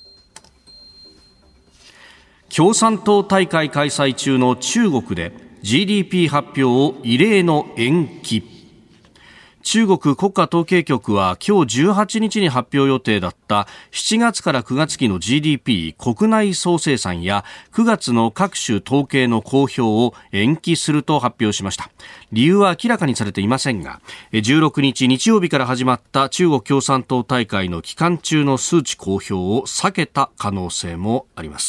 共産党大会開催中の中国で ジーディーピー 発表を異例の延期。中国国家統計局は今日じゅうはちにちに発表予定だったしちがつからくがつ期の ジーディーピー 国内総生産やくがつの各種統計の公表を延期すると発表しました。理由は明らかにされていませんが、じゅうろくにち日曜日から始まった中国共産党大会の期間中の数値公表を避けた可能性もあります。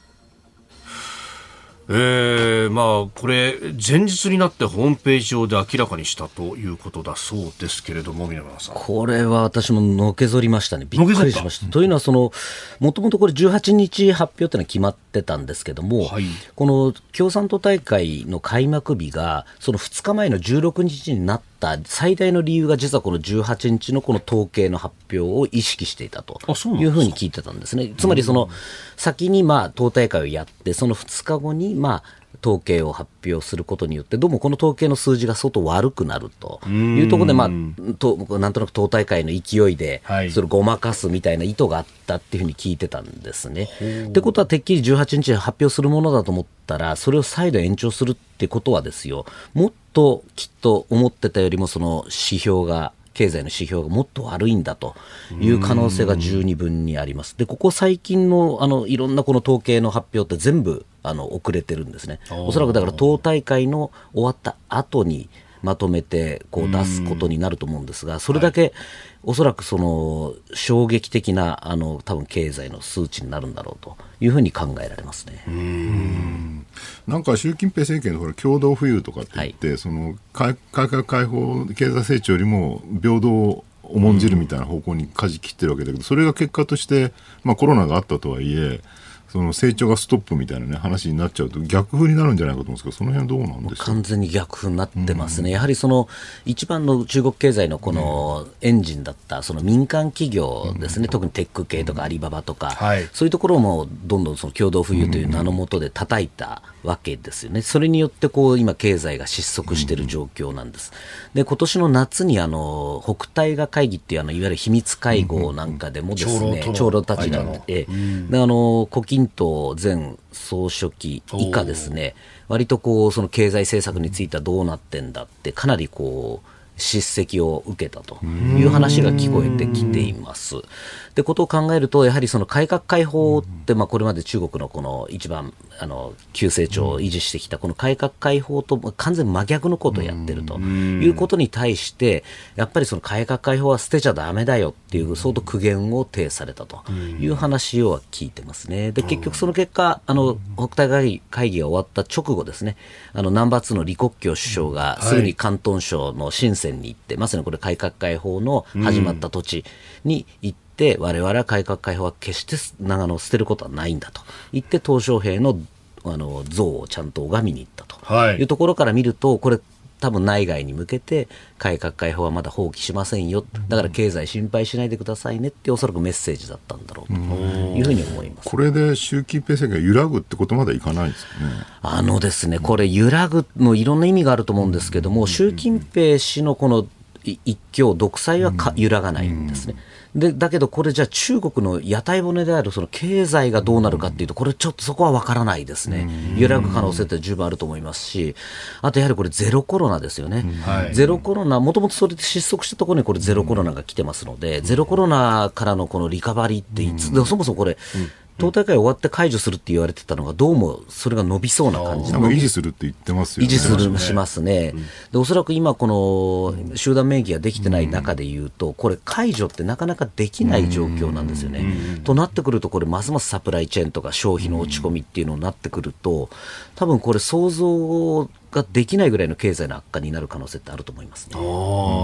えー、まあこれ前日になってホームページ上で明らかにしたということだそうですけれども、皆さん、 これは私ものけぞりましたね。びっくりしました。というのは、そのもともとこれじゅうはちにち発表というのは決まってたんですけども、はい、この共産党大会の開幕日がそのふつかまえのじゅうろくにちになった最大の理由が、実はこのじゅうはちにちのこの統計の発表を意識していたというふうに聞いてたんですね。つまりその先にまあ党大会をやって、そのふつかごにまあ統計を発表することによって、どうもこの統計の数字が相当悪くなるというところで、まあ、となんとなく党大会の勢いでそれをごまかすみたいな意図があったっていうふうに聞いてたんですね。ってことは、てっきりじゅうはちにちで発表するものだと思ったら、それを再度延長するってことはですよ、もっときっと思ってたよりもその指標が、経済の指標がもっと悪いんだという可能性が十二分にあります。で、ここ最近のあのいろんなこの統計の発表って全部あの遅れてるんですね。おそらくだから党大会の終わった後にまとめてこう出すことになると思うんですが、それだけおそらくその衝撃的なあの多分経済の数値になるんだろうというふうに考えられますね。 うーん、なんか習近平政権のほら共同富裕とかって言って、はい、その改革開放経済成長よりも平等を重んじるみたいな方向に舵切ってるわけだけど、それが結果として、まあ、コロナがあったとはいえその成長がストップみたいな、ね、話になっちゃうと逆風になるんじゃないかと思うんですけど、その辺はどうなんですか。 完全に逆風になってますね。やはりその一番の中国経済のこのエンジンだったその民間企業ですね、特にテック系とかアリババとか、はい、そういうところもどんどんその共同富裕という名の下で叩いたわけですよね。それによってこう今経済が失速している状況なんです。で、今年の夏にあの北戴河会議っていうあのいわゆる秘密会合なんかでもですね、長老たちがで、であの胡錦涛前総書記以下ですね、割とこうその経済政策についてはどうなってんだってかなりこう叱責を受けたという話が聞こえてきています。でことを考えると、やはりその改革開放って、まあ、これまで中国のこの一番あの急成長を維持してきたこの改革開放と完全真逆のことをやっているということに対して、やっぱりその改革開放は捨てちゃダメだよっていう相当苦言を呈されたという話を聞いてますね。で結局その結果、あの北戴河会議が終わった直後ですね、あのナンバーツーの李克強首相がすぐに広東省の深センに行って、まさにこれ改革開放の始まった土地に行って、で我々は改革開放は決して長野を捨てることはないんだと言って、鄧小平のあの像をちゃんと拝みに行ったというところから見ると、これ多分内外に向けて改革開放はまだ放棄しませんよ、だから経済心配しないでくださいねっておそらくメッセージだったんだろうというふうに思います。 これで習近平政権が揺らぐってことまでいかないんですかね。 あのですね、これ揺らぐのいろんな意味があると思うんですけども、習近平氏のこの一強独裁はか揺らがないんですね。でだけどこれじゃあ中国の屋台骨であるその経済がどうなるかっていうと、これちょっとそこは分からないですね。揺らぐ可能性って十分あると思いますし、あとやはりこれゼロコロナですよね。はい、ゼロコロナ、もともとそれで失速したところにこれゼロコロナが来てますので、ゼロコロナからのこのリカバリーっていつ、そもそもこれ党大会終わって解除するって言われてたのが、どうもそれが伸びそうな感じで、 維持するって言ってますよね。 維持するしますね。でおそらく今この集団免疫ができてない中でいうと、これ解除ってなかなかできない状況なんですよね。となってくると、これますますサプライチェーンとか消費の落ち込みっていうのになってくると、多分これ想像ができないぐらいの経済の悪化になる可能性ってあると思いますね。 あ、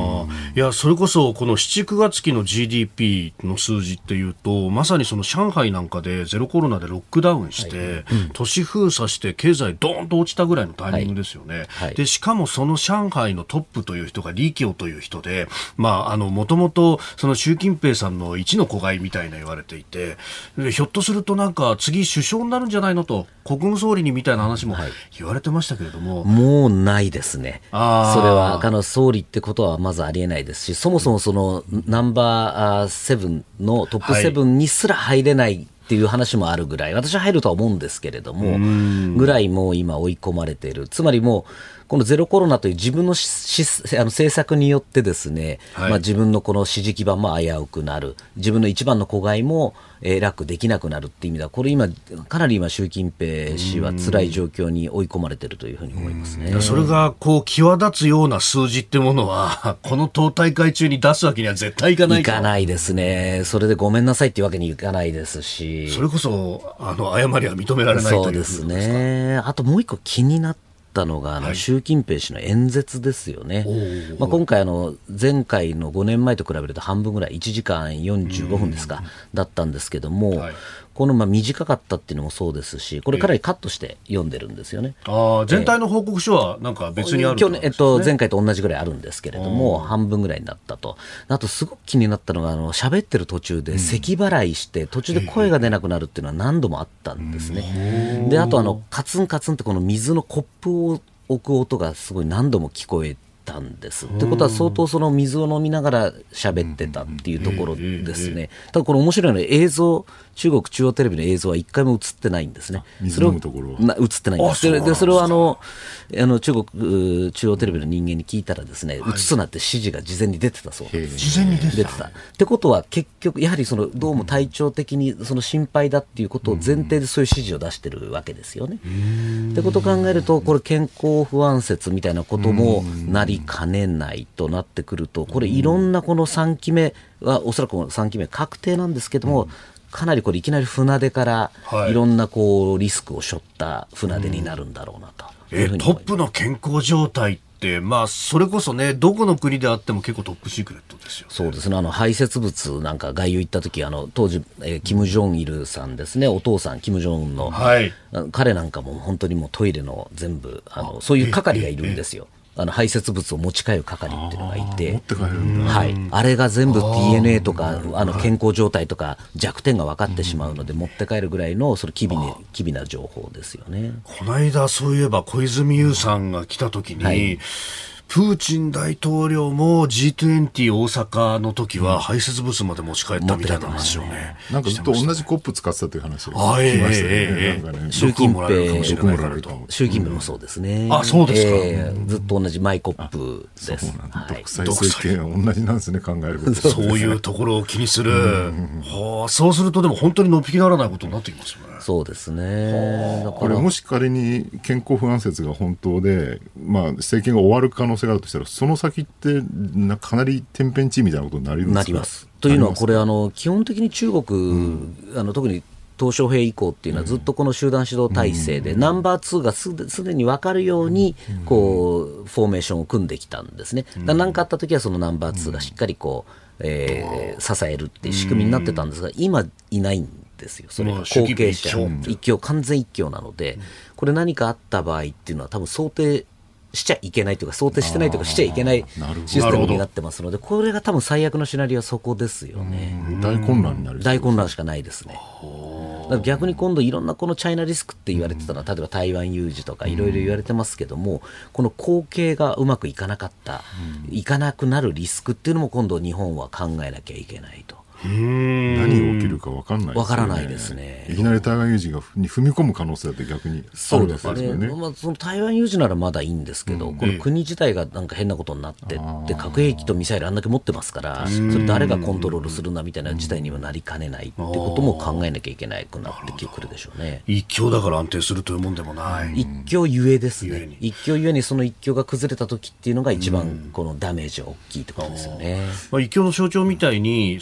いやそれこそこのしち、くがつ期の ジーディーピー の数字っていうとまさにその上海なんかでゼロコロナでロックダウンして、はいうん、都市封鎖して経済ドーンと落ちたぐらいのタイミングですよね、はいはい、でしかもその上海のトップという人が李強という人でもともと習近平さんの一の子飼いみたいな言われていてひょっとするとなんか次首相になるんじゃないのと国務総理にみたいな話も言われてましたけれども、 はい、もうないですね。あそれはあの総理ってことはまずありえないですしそもそもそのナンバーセブンのトップセブンにすら入れないっていう話もあるぐらい私は入るとは思うんですけれどもぐらいもう今追い込まれている。つまりもうこのゼロコロナという自分のしあの政策によってですね、はいまあ、自分のこの支持基盤も危うくなる自分の一番の子飼いも、えー、楽できなくなるっていう意味ではこれ今かなり今習近平氏は辛い状況に追い込まれているというふうに思いますね。 それがこう際立つような数字ってものはこの党大会中に出すわけには絶対いかないいかないですね。それでごめんなさいっていうわけにいかないですしそれこそあの誤りは認められないというそうですね。あともう一個気になってたのがあの、はい、習近平氏の演説ですよね。まあ、今回あの前回のごねんまえと比べると半分ぐらいいちじかんよんじゅうごふんですかだったんですけども、はい、このまあ短かったっていうのもそうですしこれかなりカットして読んでるんですよね。 あ全体の報告書はなんか別にあるんですね。 去年、えっと、前回と同じぐらいあるんですけれども半分ぐらいになったと。あとすごく気になったのがあの喋ってる途中で咳払いして途中で声が出なくなるっていうのは何度もあったんですね。であとあのカツンカツンってこの水のコップを置く音がすごい何度も聞こえたんです。ってことは相当その水を飲みながら喋ってたっていうところですね。ただこれ面白いのは映像中国中央テレビの映像は一回も映ってないんですね。 水飲むところは映ってないんです。ででそれをあのあの中国中央テレビの人間に聞いたらですね、はい、映すなって指示が事前に出てたそうです。 事前に出てた。 出てたってことは結局やはりそのどうも体調的にその心配だっていうことを前提でそういう指示を出してるわけですよね。ってことを考えるとこれ健康不安説みたいなこともなりかねないとなってくるとこれいろんなこのさんきめはおそらくさんきめ確定なんですけども、かなりこれいきなり船出からいろんなこうリスクを背負った船出になるんだろうなというふうに思います。 えトップの健康状態ってまあそれこそねどこの国であっても結構トップシークレットですよね。 そうですね。あの排泄物なんか外遊行った時あの当時、えー、キム・ジョンイルさんですねお父さんキム・ジョンの、はい、彼なんかも本当にもうトイレの全部あのそういう係がいるんですよ。あの排泄物を持ち帰る係っていうのがいてあ, 持って帰るんだ、 はい、あれが全部 ディーエヌエー とかあの健康状態とか弱点が分かってしまうので持って帰るぐらいのそれ機微に機微な情報ですよね。 この間そういえば小泉悠さんが来た時に、はいプーチン大統領も ジートゥエンティー 大阪の時は排泄物まで持ち帰ったみたいな話をね、 うん、なんかずっと同じコップ使ってたという話を聞きましたね。 習近平習近平もそうですね。 あそうですか、 えー、ずっと同じマイコップです。 そうなんだ、はい、独裁政権は同じなんですね考えることそういうところを気にする、はあ、そうするとでも本当にのっぴきならないことになってきますよね。 そうですね。だからこれもし仮に健康不安説が本当で、まあ、政権が終わる可能性があるとしたらその先ってなかなり天変地異みたいなことになりますか。 なります。というのはこれあの基本的に中国、うん、あの特に鄧小平以降っていうのはずっとこの集団指導体制で、うん、ナンバーツーがすでに分かるようにこうフォーメーションを組んできたんですね。だから何かあった時はそのナンバーツーがしっかりこう、えー、支えるっていう仕組みになってたんですが今いないんですよ。それが後継者一強完全一強なのでこれ何かあった場合っていうのは多分想定しちゃいけないというか想定してないというかしちゃいけないシステムになってますのでこれが多分最悪のシナリオはそこですよね。 大混乱になる。 大混乱しかないですね。だから逆に今度いろんなこのチャイナリスクって言われてたのは例えば台湾有事とかいろいろ言われてますけどもこの後継がうまくいかなかったいかなくなるリスクっていうのも今度日本は考えなきゃいけないと。 何が起きるか分かんないですよね。 分からないですね。 いきなり台湾有事がに踏み込む可能性だって逆にあるわけですよね。そうですね。 まあ、その台湾有事ならまだいいんですけど、うん、この国自体がなんか変なことになってって核兵器とミサイルあんだけ持ってますからそれ誰がコントロールするんだみたいな事態にはなりかねないってことも考えなきゃいけないくなってくるでしょうね。 一強だから安定するというもんでもない。 一強ゆえですね。一強ゆえにその一強が崩れた時っていうのが一番このダメージが大きいってことですよね。 まあ、一強の象徴みたいにその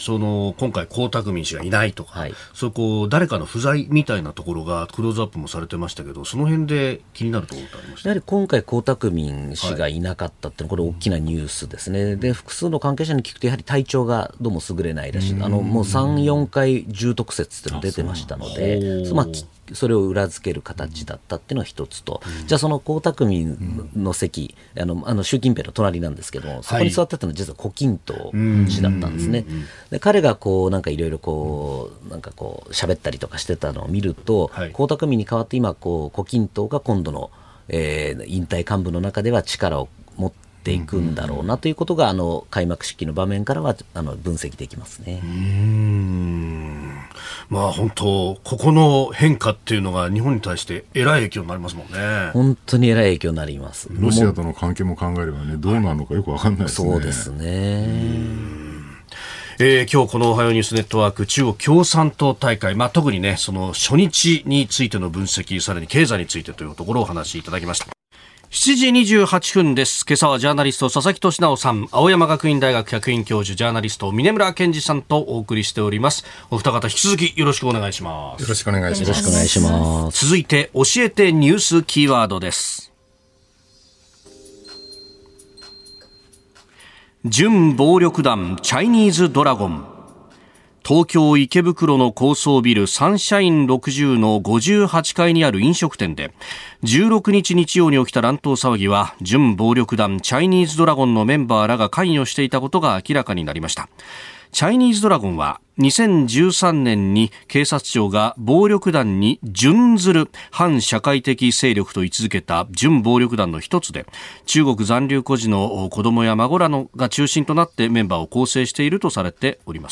の今回江沢民氏がいないとか、 はい、 そこ誰かの不在みたいなところがクローズアップもされてましたけど、その辺で気になるところってありました？ やはり今回江沢民氏がいなかったっていうのは、これ大きなニュースですね。で複数の関係者に聞くとやはり体調がどうも優れないらしい。あのもうさん、よんかい重篤説っていうのが出てましたので、まあそれを裏付ける形だったっていうのは一つと、うん、じゃあその江沢民の席、うん、あのあの習近平の隣なんですけども、そこに座ってたのは実は胡錦涛氏だったんですね。で彼がこうなんかいろいろこうなんかこう喋ったりとかしてたのを見ると、はい、江沢民に代わって今こう胡錦涛が今度の、えー、引退幹部の中では力を持っていくんだろうなということが、あの開幕式の場面からはあの分析できますね。 うーん、まあ本当ここの変化っていうのが日本に対してえらい影響になりますもんね。 本当にえらい影響になります。 ロシアとの関係も考えればね、どうなるのかよく分かんないですね。 そうですね。 えー、今日このおはようニュースネットワーク、中国共産党大会、まあ、特にねその初日についての分析、さらに経済についてというところをお話しいただきました。しちじにじゅうはっぷんです。今朝はジャーナリスト佐々木俊直さん、青山学院大学客員教授ジャーナリスト峯村健二さんとお送りしております。お二方引き続きよろしくお願いします。 よろしくお願いします。 よろしくお願いします。 続いて教えてニュースキーワードです。準暴力団チャイニーズドラゴン。東京池袋の高層ビルサンシャインろくじゅうのごじゅうはちかいにある飲食店でじゅうろくにち日曜に起きた乱闘騒ぎは、準暴力団チャイニーズドラゴンのメンバーらが関与していたことが明らかになりました。チャイニーズドラゴンはにせんじゅうさんねんに警察庁が暴力団に準ずる反社会的勢力と位置づけた準暴力団の一つで、中国残留孤児の子供や孫らのが中心となってメンバーを構成しているとされております。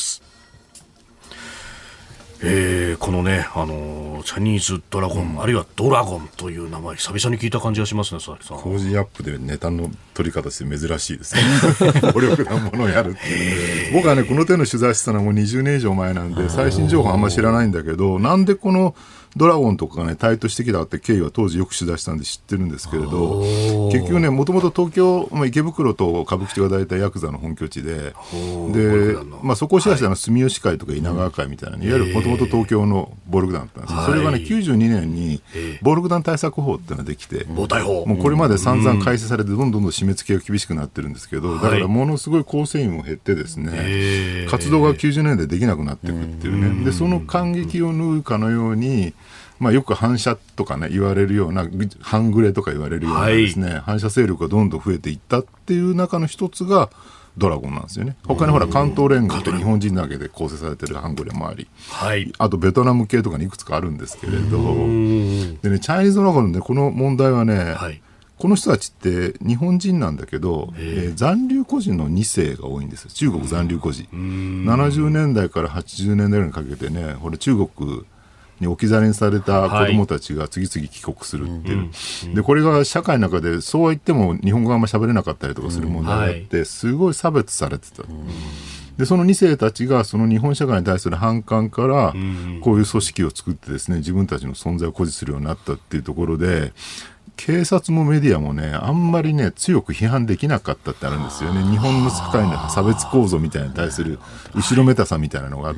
えー、このね、あのー、チャニーズドラゴン、うん、あるいはドラゴンという名前、久々に聞いた感じがしますね。佐々木さん、 工事アップでネタの取り方して珍しいですね。暴力なものをやるっていう、僕はねこの手の取材してたのはもうにじゅうねん以上前なんで最新情報あんま知らないんだけど、なんでこのドラゴンとかがね台頭してきたって経緯は当時よく取材したんで知ってるんですけれど、結局ねもともと東京、まあ、池袋と歌舞伎町が大体ヤクザの本拠地で、で、まあ、そこを支配したのは住吉会とか稲川会みたいな、はい、いわゆるもともと東京の暴力団だったんです、はい、それがねきゅうじゅうにねんに暴力団対策法っていうのができて、 暴対法、 もうこれまで散々改正されてどんどんどんどん締め付けが厳しくなってるんですけど、だからものすごい構成員も減ってですね、活動がきゅうじゅうねんだいでできなくなっていくっていうね、でその感激を縫うかのように、まあ、よく反射とかね言われるような半グレとか言われるようなですね、はい、反射勢力がどんどん増えていったっていう中の一つがドラゴンなんですよね。他にほら関東連合って日本人だけで構成されてる半グレもあり、はい、あとベトナム系とかにいくつかあるんですけれど、でねチャイニーズドラゴンの、ね、この問題はね、はい、この人たちって日本人なんだけど、えー、残留孤児のにせいが多いんですよ。中国残留孤児、ななじゅうねんだいからはちじゅうねんだいにかけてね、これ中国に置き去りにされた子どもたちが次々帰国するっていう、はい、でこれが社会の中でそうは言っても日本語があんま喋れなかったりとかする問題があってすごい差別されてた。でそのにせいたちがその日本社会に対する反感からこういう組織を作ってですね、自分たちの存在を誇示するようになったっていうところで、警察もメディアもねあんまりね強く批判できなかったってあるんですよね。日本の社会の差別構造みたいに対する後ろめたさみたいなのがあって、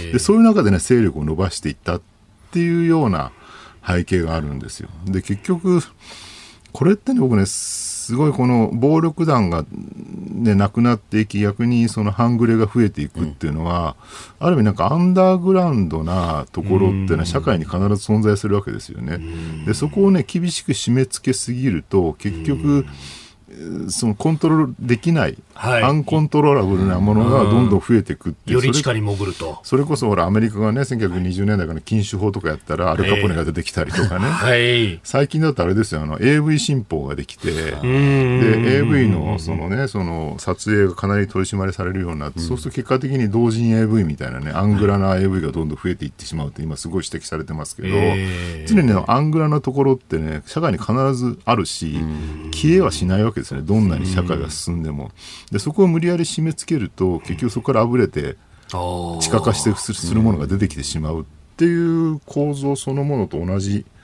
でそういう中でね勢力を伸ばしていったっていうような背景があるんですよ。で結局これってね僕ねすごいこの暴力団が、ね、なくなっていき逆にその半グレが増えていくっていうのは、うん、ある意味なんかアンダーグラウンドなところっていうのは社会に必ず存在するわけですよね。でそこをね厳しく締め付けすぎると結局そのコントロールできない、はい、アンコントローラブルなものがどんどん増えていくっていう、 より地下に潜ると、 それこそほらアメリカがねせんきゅうひゃくにじゅうねんだいから禁酒法とかやったらアルカポネが出てきたりとかね、はい、最近だとあれですよ、あの エーブイ 新法ができて、で エーブイ のそのねその撮影がかなり取り締まりされるようになって、そうすると結果的に同人 エーブイ みたいなねアングラな エーブイ がどんどん増えていってしまうって今すごい指摘されてますけど、えー、常に、ね、アングラなところってね社会に必ずあるし消えはしないわけですね、どんなに社会が進んでも。でそこを無理やり締め付けると結局そこからあぶれて地下化してするものが出てきてしまうっていう構造そのものと同じ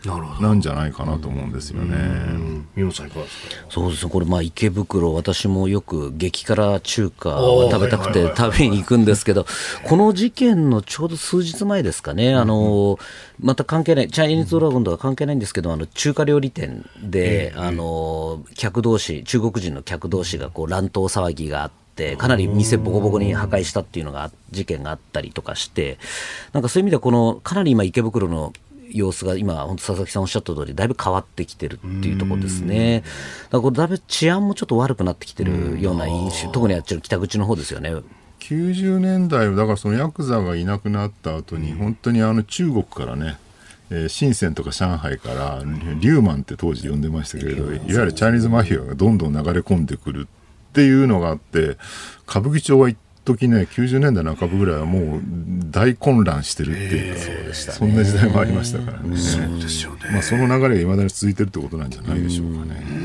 なんじゃないかなと思うんですよね。 宮本さんいかがですか。 そうですね、これまあ池袋、私もよく激辛中華を食べたくて食べに行くんですけど、この事件のちょうど数日前ですかね、あのまた関係ない、チャイニーズドラゴンとは関係ないんですけど、あの中華料理店で、あの客同士、中国人の客同士がこう乱闘騒ぎがあって、かなり店ボコボコに破壊したっていうのが事件があったりとかして、なんかそういう意味ではこのかなり今池袋の様子が今本当佐々木さんおっしゃった通りだいぶ変わってきてるっていうところですね。だからこれだいぶ治安もちょっと悪くなってきてるような印象、特にあっちの北口の方ですよね。 きゅうじゅうねんだいだからそのヤクザがいなくなった後に本当にあの中国からね、えー、深センとか上海からリューマンって当時呼んでましたけれど、いわゆるチャイニーズマフィアがどんどん流れ込んでくるっていうのがあって、歌舞伎町は一時ね、きゅうじゅうねんだいなかぶぐらいはもう大混乱してるっていうか、そうでしたね、そんな時代もありましたからね。 そうですよね。 まあ、その流れがいまだに続いてるってことなんじゃないでしょうかね。 うん、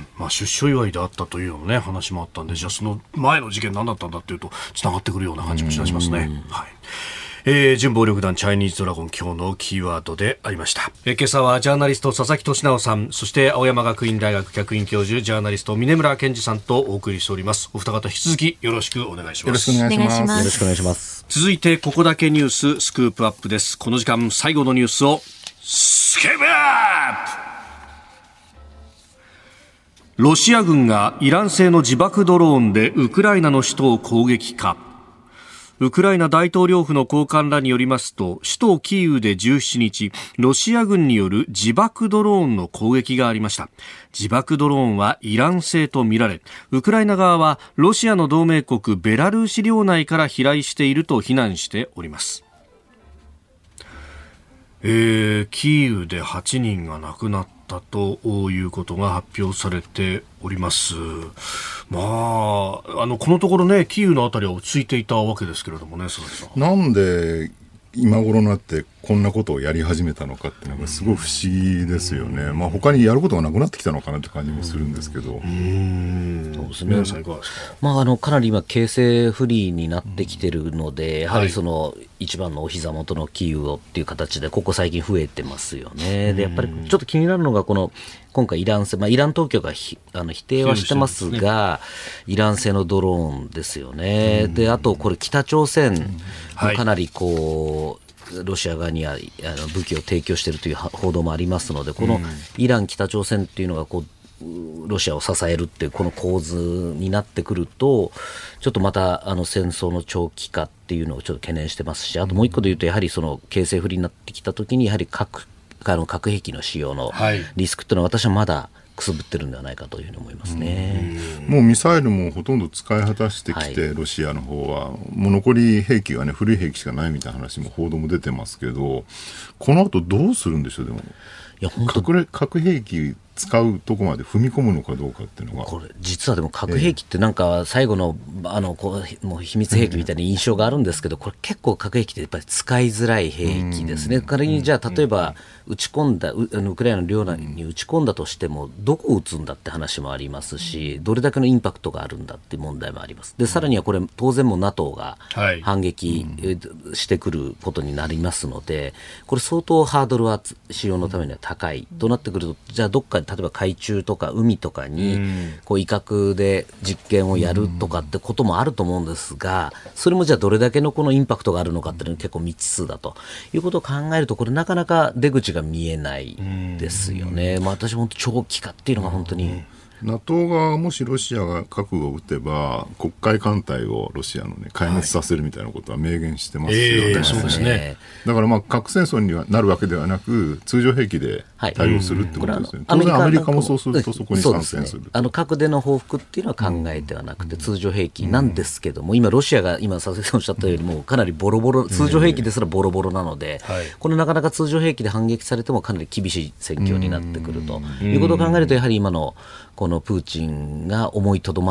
まあ、出所祝いであったというの、ね、話もあったんで、じゃあその前の事件何だったんだっていうとつながってくるような感じもしますね。はい。えー、準暴力団チャイニーズドラゴン、今日のキーワードでありました。えー、今朝はジャーナリスト佐々木俊直さん、そして青山学院大学客員教授ジャーナリスト峯村健二さんとお送りしております。お二方引き続きよろしくお願いします。 よろしくお願いします。 よろしくお願いします。 続いてここだけニューススクープアップです。この時間最後のニュースをスクープアップ。ロシア軍がイラン製の自爆ドローンでウクライナの首都を攻撃か。ウクライナ大統領府の高官らによりますと、首都キーウでじゅうしちにち、ロシア軍による自爆ドローンの攻撃がありました。自爆ドローンはイラン製とみられ、ウクライナ側はロシアの同盟国ベラルーシ領内から飛来していると非難しております。えー、キーウではちにんが亡くなったということが発表されております。まあ、あのこのところね、キーウのあたりは落ち着いていたわけですけれどもね、佐々木さん。 なんで今頃になってこんなことをやり始めたのかっていうのがすごい不思議ですよね。まあ、他にやることがなくなってきたのかなって感じもするんですけど。うーん、そうですね。まあ、あのかなり今形勢不利になってきてるので、やはりその一番のお膝元のキーウをっていう形でここ最近増えてますよね。でやっぱりちょっと気になるのがこの今回イラン製、まあ、イラン当局がひあの否定はしてますが、イラン製のドローンですよね。であとこれ北朝鮮もかなりこう、ロシア側にはあの武器を提供しているという報道もありますので、このイラン北朝鮮っていうのがこうロシアを支えるっていうこの構図になってくると、ちょっとまたあの戦争の長期化っていうのをちょっと懸念してますし、あともう一個で言うとやはりその形勢不利になってきたときにやはり核あの核兵器の使用のリスクというのは私はまだくすぶってるんではないかというふうに思いますね。 もうミサイルもほとんど使い果たしてきて、はい、ロシアの方はもう残り兵器がね古い兵器しかないみたいな話も報道も出てますけど、この後どうするんでしょう。でもいや本当 核, 核兵器使うとこまで踏み込むのかどうかっていうのが、 これ実はでも核兵器ってなんか最後の、あのこうもう秘密兵器みたいな印象があるんですけど、これ結構核兵器ってやっぱり使いづらい兵器ですね。仮にじゃあ例えば撃ち込んだ ウ, ウクライナの領内に撃ち込んだとしてもどこを撃つんだって話もありますし、どれだけのインパクトがあるんだっていう問題もあります。でさらにはこれ当然も ナトー が反撃してくることになりますので、これ相当ハードルは使用のためには高いとなってくると、じゃあどっかで例えば海中とか海とかにこう威嚇で実験をやるとかってこともあると思うんですが、それもじゃあどれだけのこのインパクトがあるのかっていうのは結構未知数だということを考えると、これなかなか出口が見えないですよね。まあ、私も本当長期化っていうのが本当に。 ナトー がもしロシアが核を撃てば黒海艦隊をロシアの、ね、壊滅させるみたいなことは明言してますよね。はい、えー、そうですね。だからまあ核戦争にはなるわけではなく通常兵器で対応するってことですね。はい、当然アメリカもそうするとそこに参戦する。 ね、あの核での報復っていうのは考えてはなくて通常兵器なんですけども、今ロシアが今佐々木さんおっしゃったようにもうかなりボロボロ、通常兵器ですらボロボロなので、はい、これなかなか通常兵器で反撃されてもかなり厳しい戦況になってくるということを考えると、やはり今のこのプーチンが思いとどまっ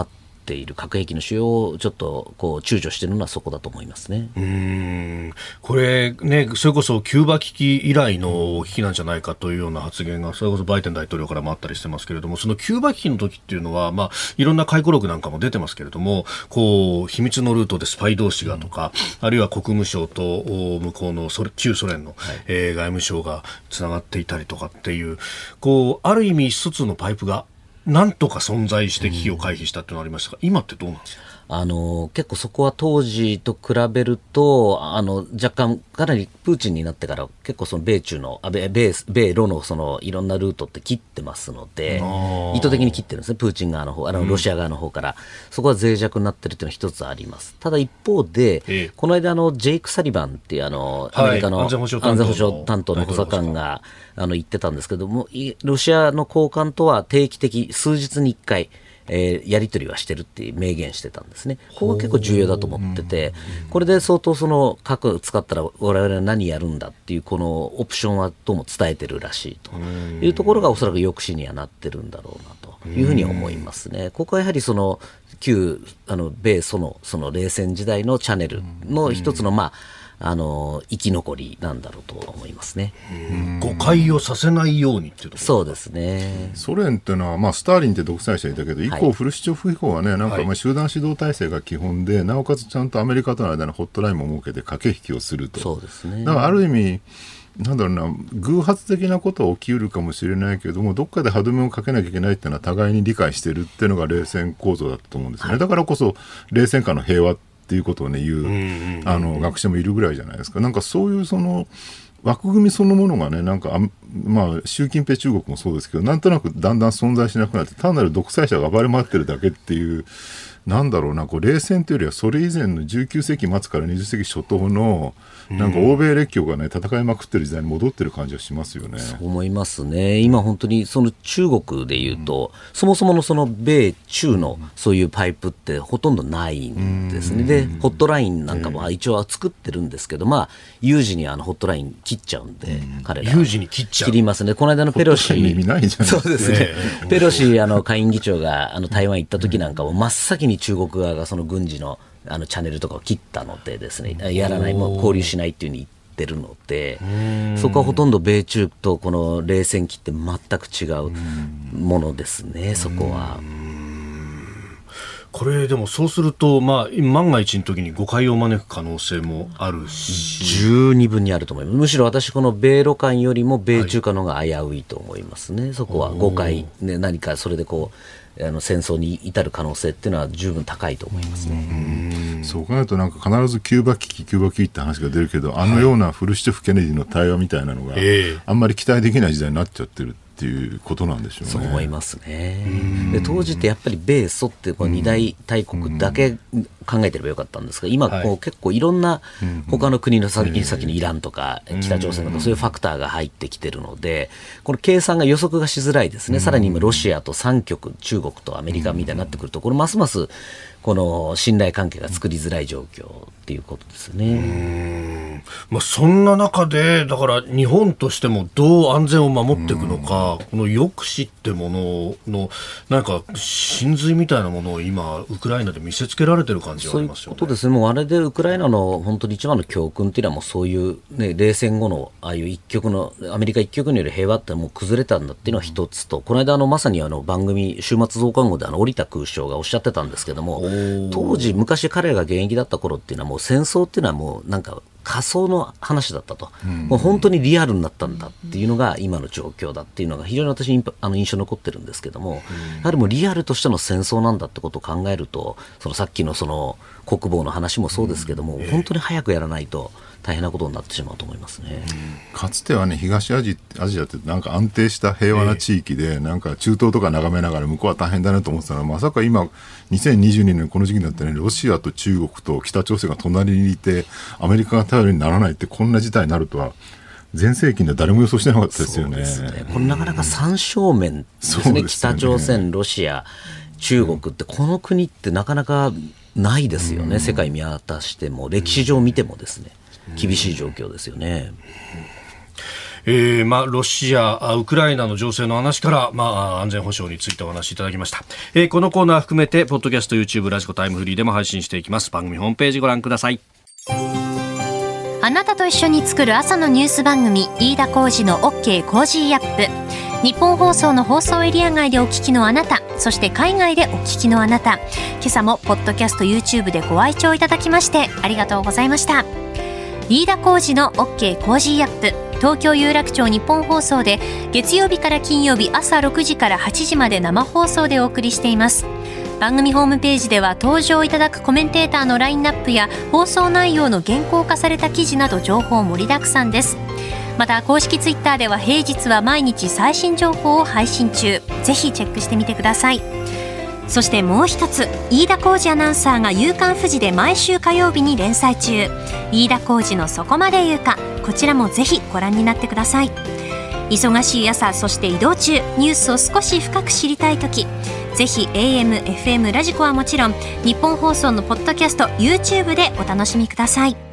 っている核兵器の使用をちょっとこう躊躇しているのはそこだと思いますね。 うーんこれね、それこそキューバ危機以来の危機なんじゃないかというような発言がそれこそバイデン大統領からもあったりしてますけれども、そのキューバ危機の時っていうのは、まあ、いろんな回顧録なんかも出てますけれども、こう秘密のルートでスパイ同士がとか、うん、あるいは国務省と向こうのソ旧ソ連の、はい、えー、外務省がつながっていたりとかっていう、こうある意味一つのパイプがなんとか存在して危機を回避したっていうのがありましたが、うん、今ってどうなんですか？ あの結構そこは当時と比べるとあの若干かなりプーチンになってから結構その米中のあ米米米ロのそのいろんなルートって切ってますので、意図的に切ってるんですね、プーチン側の方、あのロシア側の方から、うん、そこは脆弱になってるっていうのは一つあります。ただ一方で、ええ、この間あのジェイク・サリバンっていうあのアメリカの安全保障担当の補佐官があの言ってたんですけども、ロシアの高官とは定期的数日にいっかいえー、やり取りはしてるって明言してたんですね。ここが結構重要だと思ってて、これで相当その核使ったら我々は何やるんだっていうこのオプションはどうも伝えてるらしいというところがおそらく抑止にはなってるんだろうなというふうに思いますね。ここはやはりその旧あの米ソのその冷戦時代のチャンネルの一つのまああの生き残りなんだろうと思いますね。 誤解をさせないようにっていうところ。 そうですね。 ソ連っていうのは、まあ、スターリンって独裁者いたけど以降、はい、フルシチョフ以降はね、なんかまあ集団指導体制が基本で、なおかつちゃんとアメリカとの間のホットラインも設けて駆け引きをすると。 そうですね。 だからある意味なんだろうな、偶発的なことは起きうるかもしれないけれども、どっかで歯止めをかけなきゃいけないっていうのは互いに理解してるっていうのが冷戦構造だったと思うんですよね。はい、だからこそ冷戦下の平和っていうことをね言う、うんうんうん、あの学者もいるぐらいじゃないですか。なんかそういうその枠組みそのものがね、なんかあ、まあ、習近平中国もそうですけど、なんとなくだんだん存在しなくなって、単なる独裁者が暴れ回ってるだけっていう、なんだろうな、こう冷戦というよりはそれ以前のじゅうきゅうせき末からにじゅっせき初頭のなんか欧米列強がね戦いまくってる時代に戻ってる感じがしますよね。 そう思いますね。今本当にその中国でいうと、うん、そもそものその米中のそういうパイプってほとんどないんですね。でホットラインなんかも一応は作ってるんですけど、まあ有事にあのホットライン切っちゃうんで、うん、彼ら有事に切っちゃう切りますね。この間のペロシ意味ないじゃないそうですね、えー、ペロシあの下院議長があの台湾行った時なんかも真っ先に中国側がその軍事のあのチャンネルとかを切ったのでですね、やらない、もう交流しないっていうふうに言ってるので、そこはほとんど米中とこの冷戦期って全く違うものですね。そこはこれでもそうすると、まあ、万が一の時に誤解を招く可能性もあるし、 十二分にあると思います。むしろ私この米ロ間よりも米中間の方が危ういと思いますね、はい、そこは誤解、ね、何かそれでこうあの戦争に至る可能性っていうのは十分高いと思いますね。 うん、そう考えるとなんか必ずキューバ危機キューバ危機って話が出るけど、あのようなフルシチョフ・ケネディの対話みたいなのがあんまり期待できない時代になっちゃってるっていうことなんでしょうね。 そう思いますね。で当時ってやっぱり米ソってこう二大大国だけ考えてればよかったんですが、今こう結構いろんな他の国の先先にイランとか北朝鮮とかそういうファクターが入ってきてるので、この計算が予測がしづらいですね。さらに今ロシアと三極、中国とアメリカみたいになってくると、これますますこの信頼関係が作りづらい状況っていうことですね。 うーん、まあ、そんな中でだから日本としてもどう安全を守っていくのか、この抑止ってもののなんか真髄みたいなものを今ウクライナで見せつけられてる感じがありますよね。 そういうことですね。もうあれでウクライナの本当に一番の教訓っていうのはもうそういう、ね、冷戦後のああいう一極のアメリカ一極による平和ってもう崩れたんだっていうのは一つと、この間あのまさにあの番組週末増刊号であの織田空将がおっしゃってたんですけども、当時昔彼らが現役だった頃っていうのはもう戦争っていうのはもうなんか仮想の話だったと、うん、もう本当にリアルになったんだっていうのが今の状況だっていうのが非常に私にあの印象に残ってるんですけども、うん、やはりもうリアルとしての戦争なんだってことを考えると、そのさっきのその国防の話もそうですけども、うん、本当に早くやらないと大変なことになってしまうと思いますね。 うん、かつてはね、東アジア、アジアってなんか安定した平和な地域で、なんか中東とか眺めながら向こうは大変だなと思ってたのは、まさか今にせんにじゅうにねんこの時期になってね、ロシアと中国と北朝鮮が隣にいてアメリカが頼りにならないってこんな事態になるとは全盛期で誰も予想してなかったですよね。 そうですね。これなかなか三正面ですね。うん、北朝鮮、ロシア、中国ってこの国ってなかなかないですよね。うん、世界見渡しても歴史上見てもですね、厳しい状況ですよね。 えーまあ、ロシア、ウクライナの情勢の話から、まあ、安全保障についてお話しいただきました。えー、このコーナー含めてポッドキャスト、YouTube、ラジコ、タイムフリーでも配信していきます。番組ホームページご覧ください。 あなたと一緒に作る朝のニュース番組、飯田浩司の OK コージーアップ。日本放送の放送エリア外でお聞きのあなた、そして海外でお聞きのあなた、今朝もポッドキャスト YouTube でご愛聴いただきましてありがとうございました。飯田浩司の OK コージーアップ、東京有楽町日本放送で月曜日から金曜日朝ろくじからはちじまで生放送でお送りしています。番組ホームページでは登場いただくコメンテーターのラインナップや放送内容の原稿化された記事など情報盛りだくさんです。また公式ツイッターでは平日は毎日最新情報を配信中、ぜひチェックしてみてください。そしてもう一つ、飯田浩司アナウンサーが夕刊フジで毎週火曜日に連載中、飯田浩司のそこまで言うか、こちらもぜひご覧になってください。忙しい朝、そして移動中、ニュースを少し深く知りたいとき、ぜひ エーエム、エフエム ラジコはもちろん日本放送のポッドキャスト YouTube でお楽しみください。